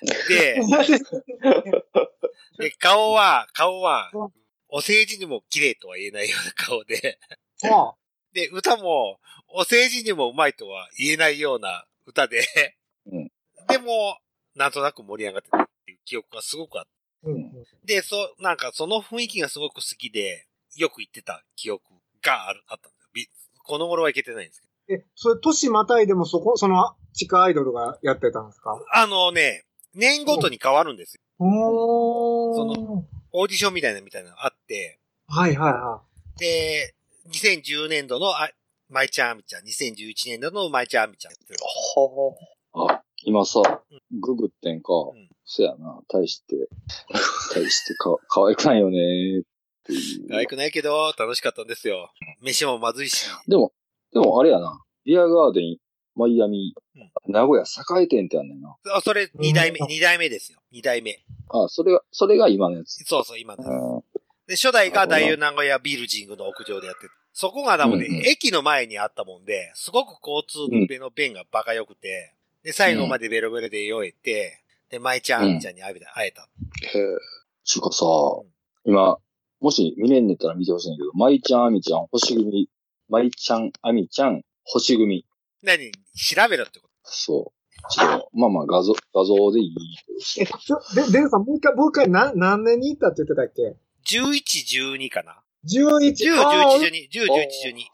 で、顔は、お世辞にも綺麗とは言えないような顔で、で、歌も、お世辞にもうまいとは言えないような歌で、でも、なんとなく盛り上がってたっていう記憶がすごくあって。で、なんかその雰囲気がすごく好きで、よく行ってた記憶があったんですよ。この頃は行けてないんですけそれ、年またいでもその地下アイドルがやってたんですか？ 年ごとに変わるんですよ。 その、オーディションみたいなのがあって。 はいはいはい。 で、2010年度のまいちゃんあみちゃん、2011年度のまいちゃんあみちゃんっていうの。あ、今さ、ググってんか。そやな、大して可愛くないよねーっていう。 可愛くないけど、楽しかったんですよ。飯もまずいし。 でもあれやな、ビアガーデン、マイアミ、名古屋栄店ってあんねんな。 それ、2代目ですよ。2代目。 あ、それが今のやつ。 そう、今のやつ。で、初代が大名古屋ビルジングの屋上でやってる。そこがね、駅の前にあったもんで、すごく交通の便がバカ良くて、で、最後までベロベロで酔えて、で、まいちゃんあみちゃんに会えた。 ちゅうかさ、今、もし見れんねったら見てほしいんだけど、まいちゃんあみちゃん星組、まいちゃんあみちゃん星組。 何調べろってこと？ そう。ちょっと、まあ画像でいいけど。デンさん、もう一回何年に行ったって言ってたっけ？ 11、12かな。 11、 10、11、12。10、11、12。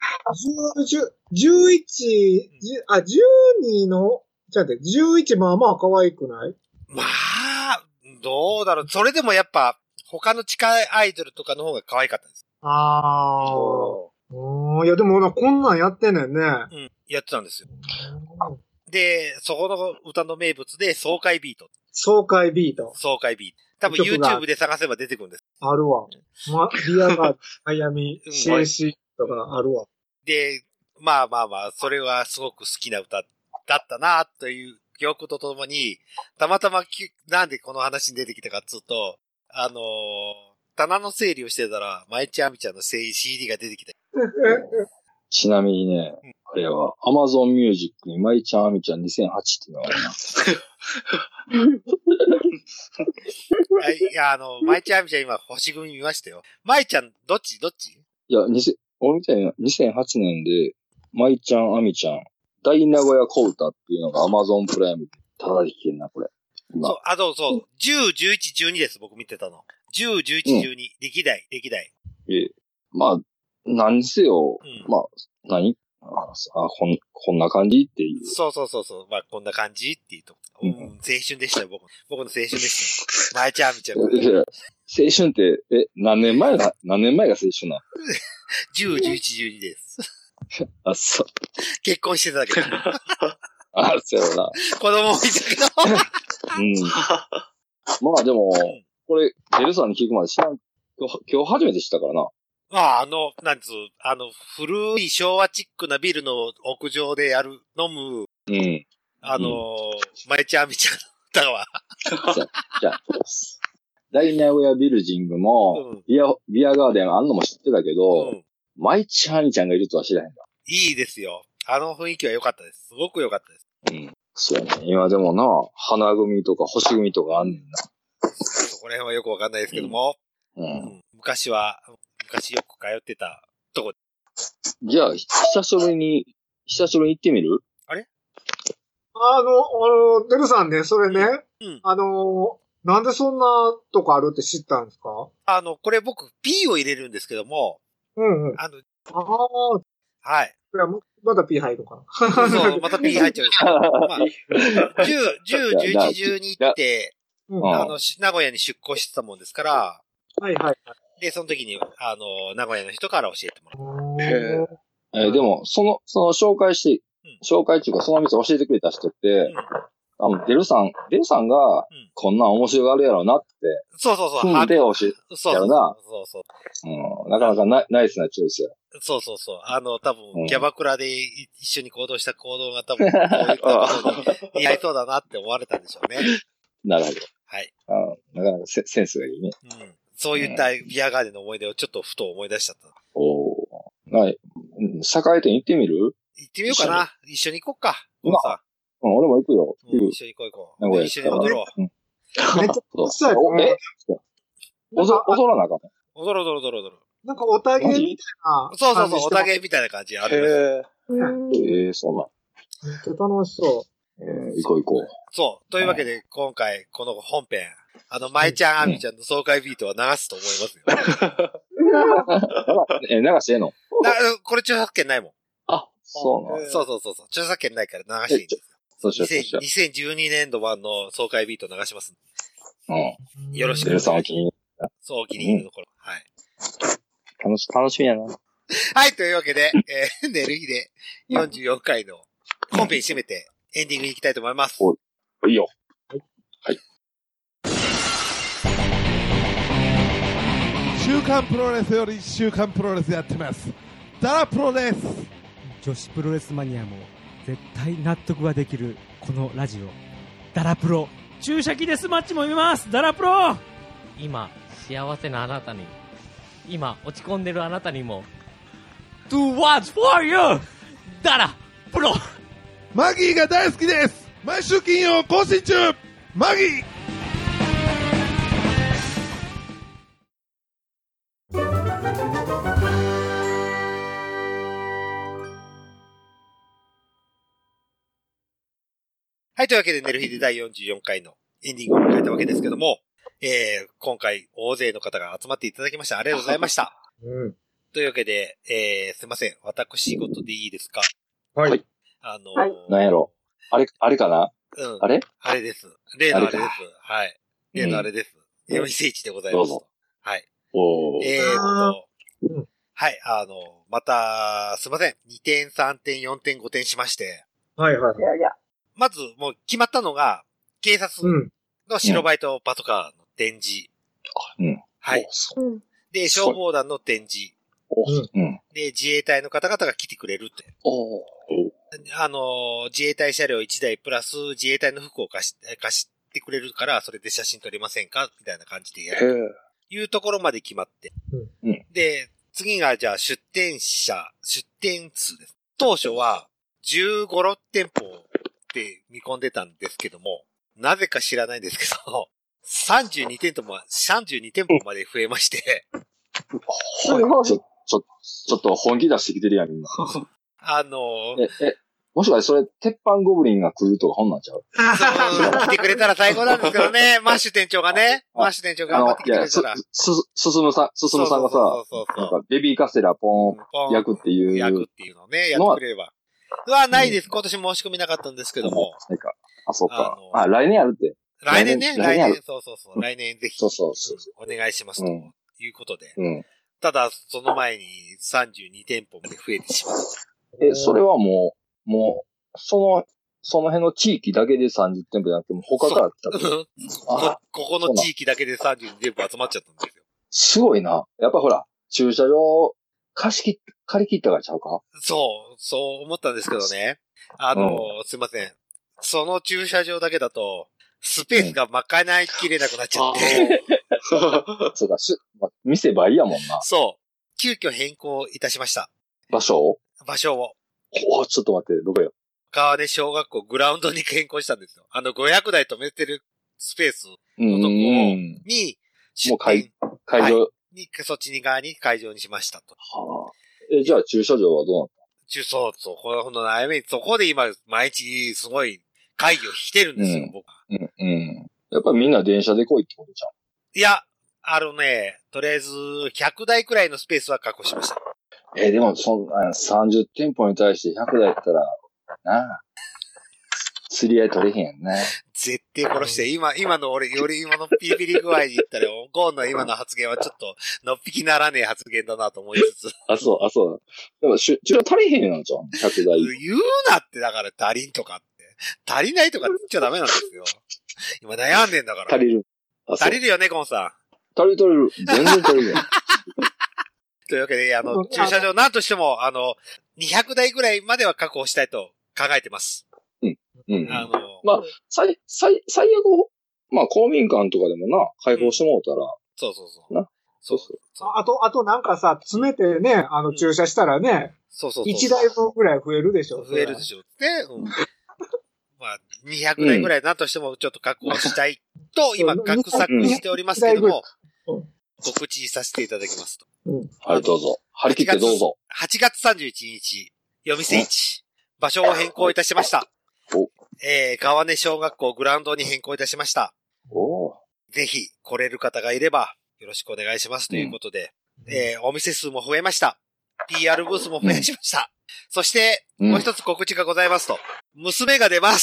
12の、ちょっと待って、11まあまあ可愛くない？ まあ、どうだろう。それでもやっぱ、他の地下アイドルとかの方が可愛かったです。 いやでもこんなんやってんねんね。 やってたんですよ。で、そこの歌の名物で、爽快ビート。 爽快ビート。 多分 YouTube で探せば出てくるんです。 あるわ。リアガー、マイアミ、CAC とかあるわ。 で、まあ、それはすごく好きな歌だったな、という記憶とともに、たまたまなんでこの話に出てきたかっつうと、棚の整理をしてたら、まいちゃんあみちゃんの CD が出てきた。 ちなみにね、あれは Amazon Music にまいちゃんあみちゃん2008っていうのがあるな。 いや、まいちゃんあみちゃん今星組見ましたよ。まいちゃん、どっちいや、俺みたいな2008年で、まいちゃんあみちゃん、大名古屋小歌っていうのが Amazon プライムでただで聞けんな、これ。 そう、そう。10、11、12です、僕見てたの。10、11、12、歴代。 まあ、何にせよ、まあ、こんな感じっていう。 そう。まあ、こんな感じっていうと。青春でしたよ、僕の青春でしたよ。まいちゃんあみちゃん。 青春って、何年前が青春なの？ 10、11、12です。 あ、そう。 結婚してたけど。 あ、そうやな。 子供もいたけど。 まあでも、これ、デルさんに聞くまで知らん、今日初めて知ったからな。 なんつう、古い昭和チックなビルの屋上で飲む、まいちゃんあみちゃんだわ。 じゃあ、大名古屋ビルジングも、ビアガーデンあんのも知ってたけど、まいちゃんあみちゃんがいるとは知らへんか。 いいですよ。雰囲気は良かったです。すごく良かったです。 そうやね。今でもな、花組とか星組とかあんねんな。 そこら辺はよくわかんないですけども、昔よく通ってたとこ。 じゃあ、久しぶりに行ってみる？ あれ？ デルさんね、それね、なんでそんなとこあるって知ったんですか？ これ僕 P を入れるんですけども、はい。 まだ P 入るかな？ そう、また P 入っちゃうんですけど、まあ、10、11、12って、名古屋に出向してたもんですから、で、その時に、名古屋の人から教えてもらう。でも、その紹介っていうか、その店教えてくれた人って、デルさんが、こんなん面白がるやろうなって、 そう。 踏んで教えやろな。 そう。 なかなかナイスなチョイスや。 そう。多分、キャバクラで一緒に行動した行動が多分、こういったことに似合いそうだなって思われたんでしょうね。 なるほど。 はい。 なかなかセンスがいいね。 そういったビアガーデンの思い出をちょっとふと思い出しちゃった。 はい。栄店行ってみる？ 行ってみようかな。一緒に行こうか。 俺も行くよ。 一緒に行こう。一緒に踊ろう。 めっちゃ踊らなあかん。 踊る。 なんかおたげみたいな。 そう、おたげみたいな感じある。 そうなん。 めっちゃ楽しそう。 行こう。 そう。というわけで、今回、この本編、まいちゃんあみちゃんの爽快ビートは流すと思いますよ。 流してんの？ これ著作権ないもん。 あ、 そうなんそう。著作権ないから流していいんですよ。 そうしよう。 2012年度版の爽快ビート流します。 うん。 よろしく。 ベルさんお気に入り。 そう、お気に入りのところ。はい。 楽しみやな。 はい、というわけで、寝る日で44回の本編締めてエンディングに行きたいと思います。 いいよ。はい。 週刊プロレスより週刊プロレスやってます。ダラプロです。 女子プロレスマニアも絶対納得ができるこのラジオ。ダラプロ。 注射器デスマッチも見ます。ダラプロ。 今、幸せなあなたに。今、落ち込んでるあなたにも。 Do what's for you! ダラプロ。 マギーが大好きです。毎週金曜更新中。マギー。 はい、というわけで、寝る日で第44回のエンディングを迎えたわけですけども、今回、大勢の方が集まっていただきました。ありがとうございました。というわけで、すいません。私事でいいですか？ はい。なんやろ。あれかな？ うん。 あれです。例のあれです。はい。例のあれです。読み聖地でございます。どうぞ。はい。はい、また、すいません。2点、3点、4点、5点しまして。 はいはい。 まず、もう決まったのが、警察の白バイとパトカーの展示。はい。で、消防団の展示。で、自衛隊の方々が来てくれるって。自衛隊車両1台プラス自衛隊の服を貸してくれるから、それで写真撮れませんかみたいな感じでやる。いうところまで決まって。で、次が、じゃあ、出店数です。当初は、15、6店舗って見込んでたんですけども、なぜか知らないんですけど、32店舗まで増えまして。 ちょっと本気出してきてるやん、今。もしかしてそれ、鉄板ゴブリンが来るとか本なんちゃう？ 来てくれたら最高なんですけどね。マッシュ店長がね。マッシュ店長頑張ってきてくれたら。 進むさんがさ、なんかベビーカステラポン焼くっていう。 焼くっていうのをね、やってくれれば。ないです。今年申し込みなかったんですけども。 そうか。来年やるって。 来年ね、来年。そう。来年ぜひ。お願いします。ということで。ただ、その前に32店舗まで増えてしまった。 それはもう、その辺の地域だけで30店舗じゃなくても他から来たここの地域だけで32店舗集まっちゃったんですよ。 すごいな。やっぱほら、駐車場借り切ったからちゃうか？ そう思ったんですけどね。すいません。その駐車場だけだと、スペースが賄いきれなくなっちゃって。 そうか、店倍やもんな。 そう。急遽変更いたしました。 場所を。 ちょっと待って、どこよ。 川根小学校グラウンドに変更したんですよ。500台止めてるスペースのとこに、 もう会場、 そっち側に会場にしましたと。 じゃあ駐車場はどうなったそう。この悩み、そこで今、毎日すごい会議をしてるんですよ、僕は。 やっぱりみんな電車で来いってことじゃん。 いや、とりあえず、100台くらいのスペースは確保しました。 でも、30店舗に対して100台やったら、なあ。釣り合い取れへんやんね。 絶対殺して、今のピリピリ具合に言ったら、ゴーンの今の発言はちょっと、のっぴきならねえ発言だなと思いつつ。 そう。でも、足りへんやんじゃん、100台。 言うなって、だから足りんとかって。足りないとか言っちゃダメなんですよ。今悩んでんだから。 足りるよね、ゴンさん。足りる。全然足りる。 というわけで、駐車場なんとしても、200台ぐらいまでは確保したいと考えてます。 まあ、最悪、まあ、公民館とかでもな、開放してもうたら。 そう。 あとなんかさ、詰めてね、駐車したらね、1台分ぐらい増えるでしょ。 増えるでしょ。ね。まあ、200台ぐらいなんとしてもちょっと確保したいと、今、画策しておりますけども、告知させていただきますと。 はい、どうぞ。張り切ってどうぞ。 8月31日、夜店市、場所を変更いたしました。川根小学校グラウンドに変更いたしました。ぜひ来れる方がいればよろしくお願いしますということで、お店数も増えました。 PR ブースも増やしました。そして、もう一つ告知がございますと。娘が出ます。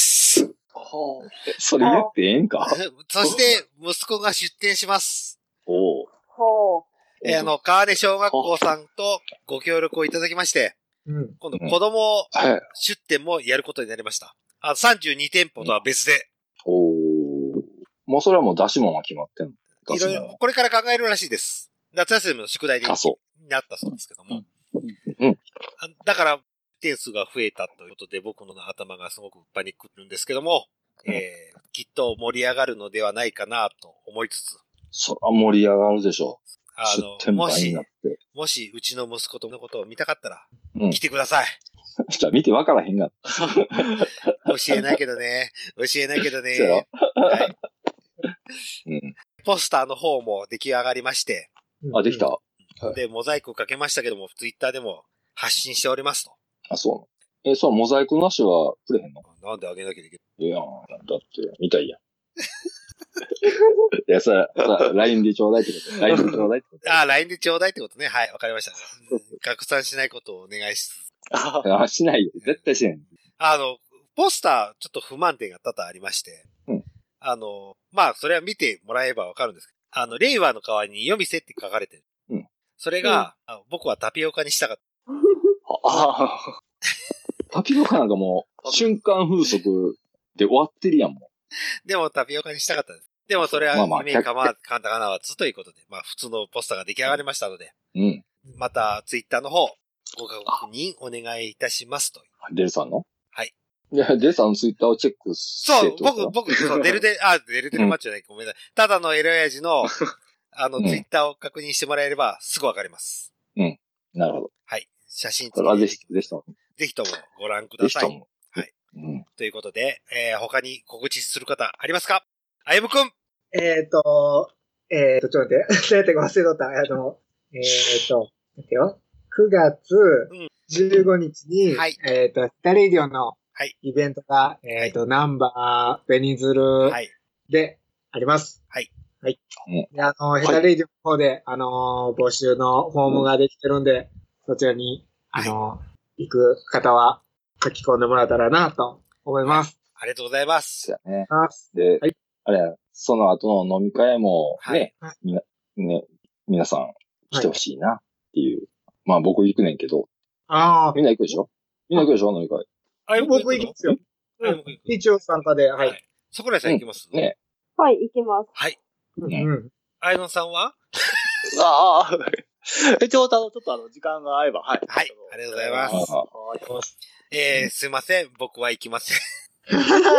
それ言ってええんか？ そして、息子が出店します。 お川根小学校さんとご協力をいただきまして、今度子供出店もやることになりました。32店舗とは別で。 もうそれはもう出し物が決まってんの？ いろいろ、これから考えるらしいです。夏休みの宿題でなったそうですけども。だから、点数が増えたということで、僕の頭がすごくパニックるんですけども、きっと盛り上がるのではないかなと思いつつ。 そら盛り上がるでしょう。 もし、うちの息子とのことを見たかったら、来てください。 じゃあ見てわからへんが。 教えないけどね。はい。ポスターの方も出来上がりまして。 できた。 で、モザイクをかけましたけども、ツイッターでも発信しておりますと。 そうなの？そう、モザイクなしはくれへんの？ なんであげなきゃいけない？ いや、だって、見たいやん。いや、LINE でちょうだいってこと。LINE でちょうだいってこと。 LINE でちょうだいってことね。はい、わかりました。拡散しないことをお願いします。しないよ。絶対しない。 ポスター、ちょっと不満点が多々ありまして。それは見てもらえばわかるんですけど、令和の代わりに夜店って書かれてる。それが、僕はタピオカにしたかった。 タピオカなんかもう、瞬間風速で終わってるやんもん。 でもタピオカにしたかったです。でもそれは、夢かまかんたかなわつということで、普通のポスターが出来上がりましたので、また、ツイッターの方、ご確認お願いいたしますと。 デルさんの？ はい。 いや、デルさんのツイッターをチェックして。 そう、僕、デルデルマッチじゃない、ごめんなさい。ただのエロ親父の、ツイッターを確認してもらえれば、すぐわかります。 なるほど。 はい。写真付きで。ぜひともご覧ください。はい。ということで、他に告知する方ありますか？あゆむくん。 ちょっと待って。忘れとった。待ってよ。9月15日に、ヒタレディオのイベントが、ナンバー、ベニズルであります。はい。で、ヒタレディオの方で、募集のフォームができてるんで、そちらに、行く方は書き込んでもらえたらなと思います。 ありがとうございます。 で、その後の飲み会もね、皆さん来てほしいなっていう。僕行くねんけど。みんな行くでしょ飲み会。 僕行きますよ。一応参加で、はい。 桜井さん行きますね。はい、行きます。 はい。あやのさんはちょっと時間が合えば、はい。 はい、ありがとうございます。すいません、僕は行きません。 ちょ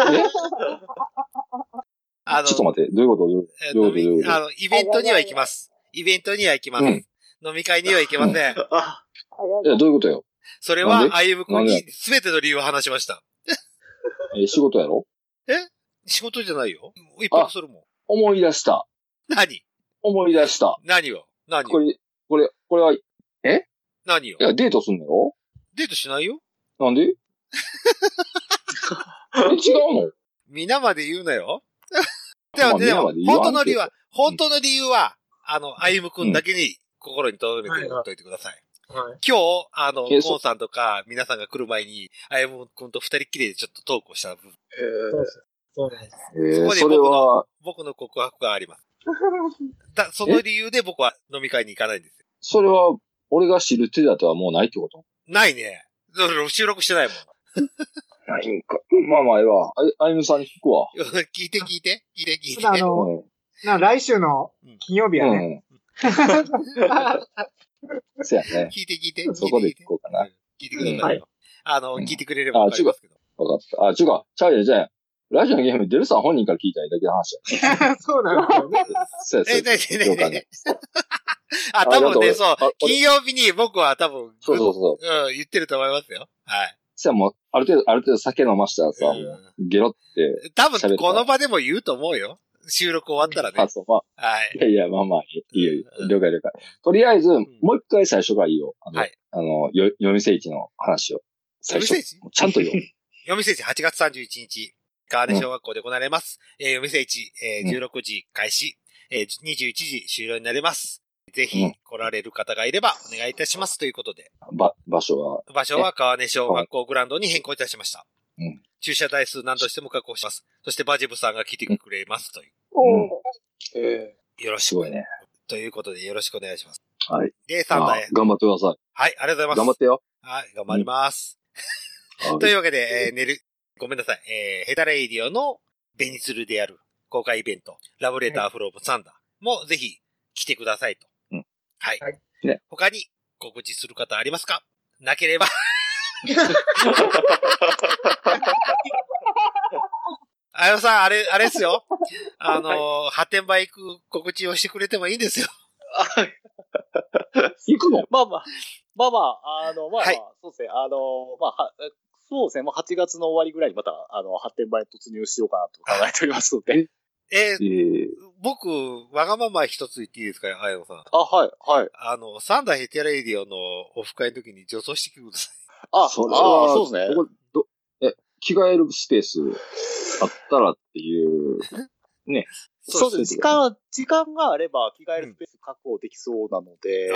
っと待って、どういうことイベントには行きます。飲み会には行けません。 いや、どういうことよ。 それは、あゆむくんに全ての理由を話しました。 仕事やろ？ 仕事じゃないよ。いっぱいするもん。 思い出した。 何をこれは、 何よ。 いや、デートすんのよ。 デートしないよ。 なんで？違うの？ 皆まで言うなよ。でも、本当の理由は、あゆむくんだけに心に留めておいてください。今日、ゴンさんとか皆さんが来る前に、あゆむくんと二人っきりでちょっとトークをした部分。 そうなんです。 そこで僕の告白があります。その理由で僕は飲み会に行かないんですよ。 それは、俺が知る手だとはもうないってこと？ ないね。収録してないもん。 ないんか。あゆむさんに聞くわ。 聞いて。 来週の金曜日やね。 そうやね。 聞いて。 そこで聞こうかな。 聞いてくださいよ。聞いてくれればわかりますけど。 わかった。違う。ちゃうやん。ラジオのゲーム、デルさん本人から聞いただけの話や。そうなんですよね。 そうや。 ね。多分ね、そう。金曜日に僕は多分、 そう。 言ってると思いますよ。はい。 じゃあもう、ある程度酒飲ましたらさ、もうゲロって。 多分、この場でも言うと思うよ。収録終わったらね。 はい。いや、いいよ。了解。とりあえず、もう一回最初からいいよ。はい。夜店市の話を。 夜店市？ ちゃんと言おう。 夜店市8月31日、川根小学校で行われます。夜店市、16時開始、21時終了になります。 ぜひ来られる方がいればお願いいたしますということで。 場所は川根小学校グラウンドに変更いたしました。 うん。 駐車台数何としても確保します。そしてバジェブさんが来てくれますという。よろしく。 すごいね。 ということでよろしくお願いします。 はい。 で、3台。 頑張ってください。 はい、ありがとうございます。 頑張ってよ。 はい、頑張ります。というわけで、ごめんなさい。ヘタレイディオのベニツルでやる公開イベント、ラブレターフロームサンダーもぜひ来てくださいと。 うん。 はい。 ね。 他に告知する方ありますか？なければ。あやのさん、あれっすよ。発展場行く告知をしてくれてもいいんですよ。 行くの？ まあ、そうですね。そうですね。もう8月の終わりぐらいにまた、発展場に突入しようかなと考えておりますので。 僕、わがまま一つ言っていいですか、あやのさん。 はい。 サンダーヘテラレディオのオフ会の時に女装してきてください。 そうですね。着替えるスペースあったらっていう、ね。 そうですね。時間があれば着替えるスペース確保できそうなので。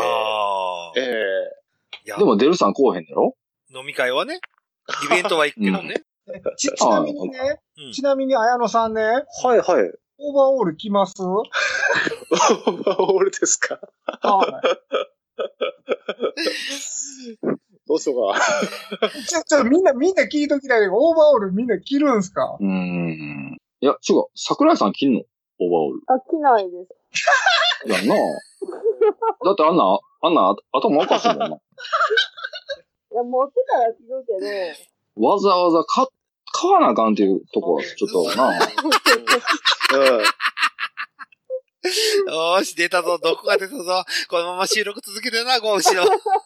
でもデルさん来おへんやろ？ 飲み会はね。イベントは行くけどね。 ちなみに綾野さんね。 はい。 オーバーオール着ます？ オーバーオールですか？はい。どうしようか。 みんな聞いときたいけど、オーバーオールみんな着るんすか？ いや、違う。桜井さん着んの？オーバーオール。 着ないです。 やんな。だってあんな頭おかしいもんな。 いや、持ってたら着るけど。わざわざ買わなあかんっていうとこは、ちょっとな。 よーし、出たぞ。毒が出たぞ。このまま収録続けてな、ゴーシの。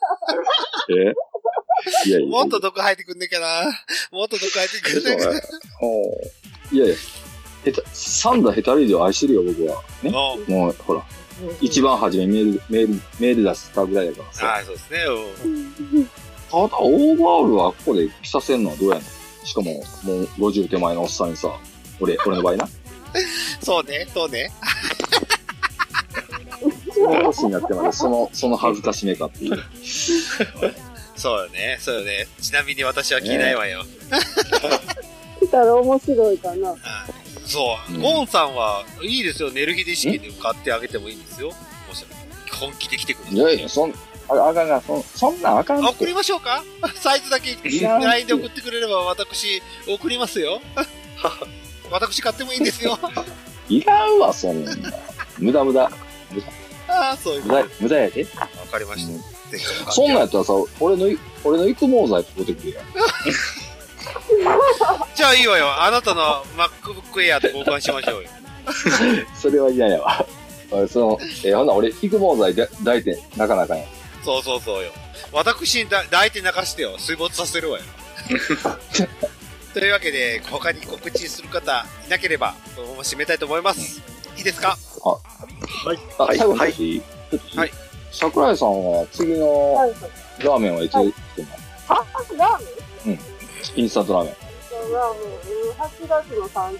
いや。 もっと毒入ってくんねえかな。もっと毒入ってくんねえかな。 いや。サンダーヘタレディオ愛してるよ、僕は。ね。もう、ほら。一番初めメール出したぐらいだからさ。 そうですね。 ただ、オーバーオールはここで着させるのはどうやねん。しかも、もう50手前のおっさんにさ、俺の場合な。 そうね。 その年になってまで、その恥ずかしめかっていう。 そうよね。ちなみに私は着ないわよ。 着たら面白いかな。 そう。ゴンさんはいいですよ。寝る日で試験で買ってあげてもいいんですよ。もし本気で来てください。 いや、そんなんあかん。 送りましょうか？サイズだけ LINE で送ってくれれば私送りますよ。私買ってもいいんですよ。 いらんわ、そんなん。無駄。 そういう無駄やで。 わかりました。 そんなんやったらさ、俺の育毛剤ってことくれや。 じゃあいいわよ。あなたの MacBook Air と交換しましょうよ。 それは嫌やわ。ほんな俺、育毛剤抱いてなかなかや。 そうよ。私に抱いて泣かしてよ。水没させるわよ。というわけで、他に告知する方いなければ、このまま締めたいと思います。いいですか？ はい。最後にはい。桜井さんは次のラーメンはいつ来てます？ ラーメン？ インスタントラーメン。 8月の30日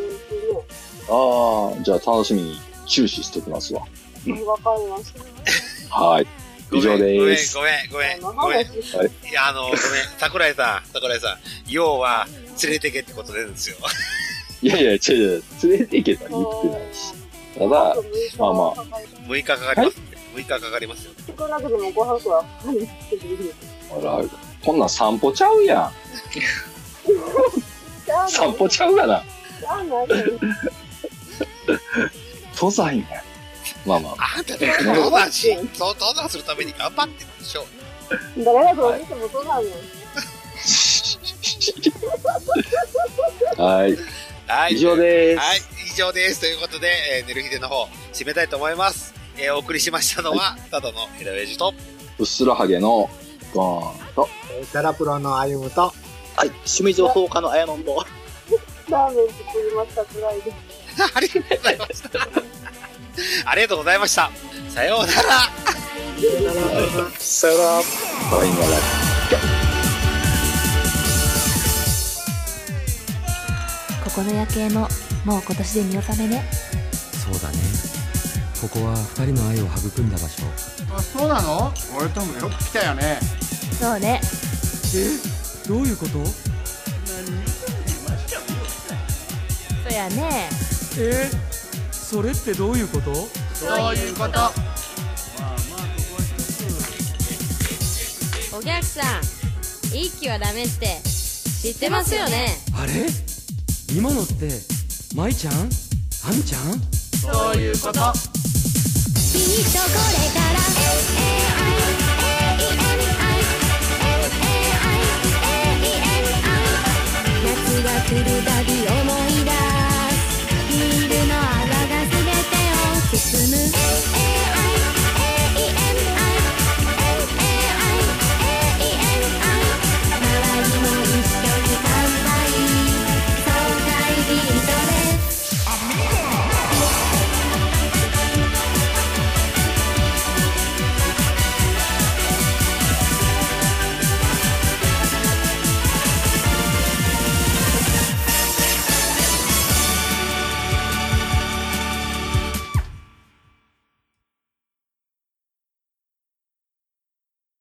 ね。じゃあ楽しみに注視しておきますわ。 わかりました。 はい。以上でーす。 ごめん。いや、ごめん。桜井さん。要は、連れてけってことでるんですよ。 いや、違う。連れてけとは言ってないし。ただ、まあ。 6日かかります。6日かかりますよ。 少なくとも5泊は。 ほら、こんなん散歩ちゃうやん。散歩ちゃうがな。登山や。まあ。 あんたね、登山するために頑張ってるでしょ。 誰がどう見ても登山よ。 はい。以上です。 はい、以上です。ということで、寝る日での方、締めたいと思います。お送りしましたのは、ただのヘラウェジと、 うっすらハゲのゴーンと、 ダラプロの歩むと、 はい、趣味情報家のあやのんと、 ラーメン作りましたくらいです。 ありがとうございました。ありがとうございました。さようなら。 さようなら。 さようなら。 ここの夜景ももう今年で見納めね。 そうだね。 ここは二人の愛を育んだ場所。 あ、そうなの？俺ともよく来たよね。 そうね。 どういうこと？ そうやね。 それってどういうこと？ そういうこと。 お客さん、一気はダメって知ってますよね。 あれ？今のって舞ちゃん？あみちゃん？ そういうこと。 きっとこれから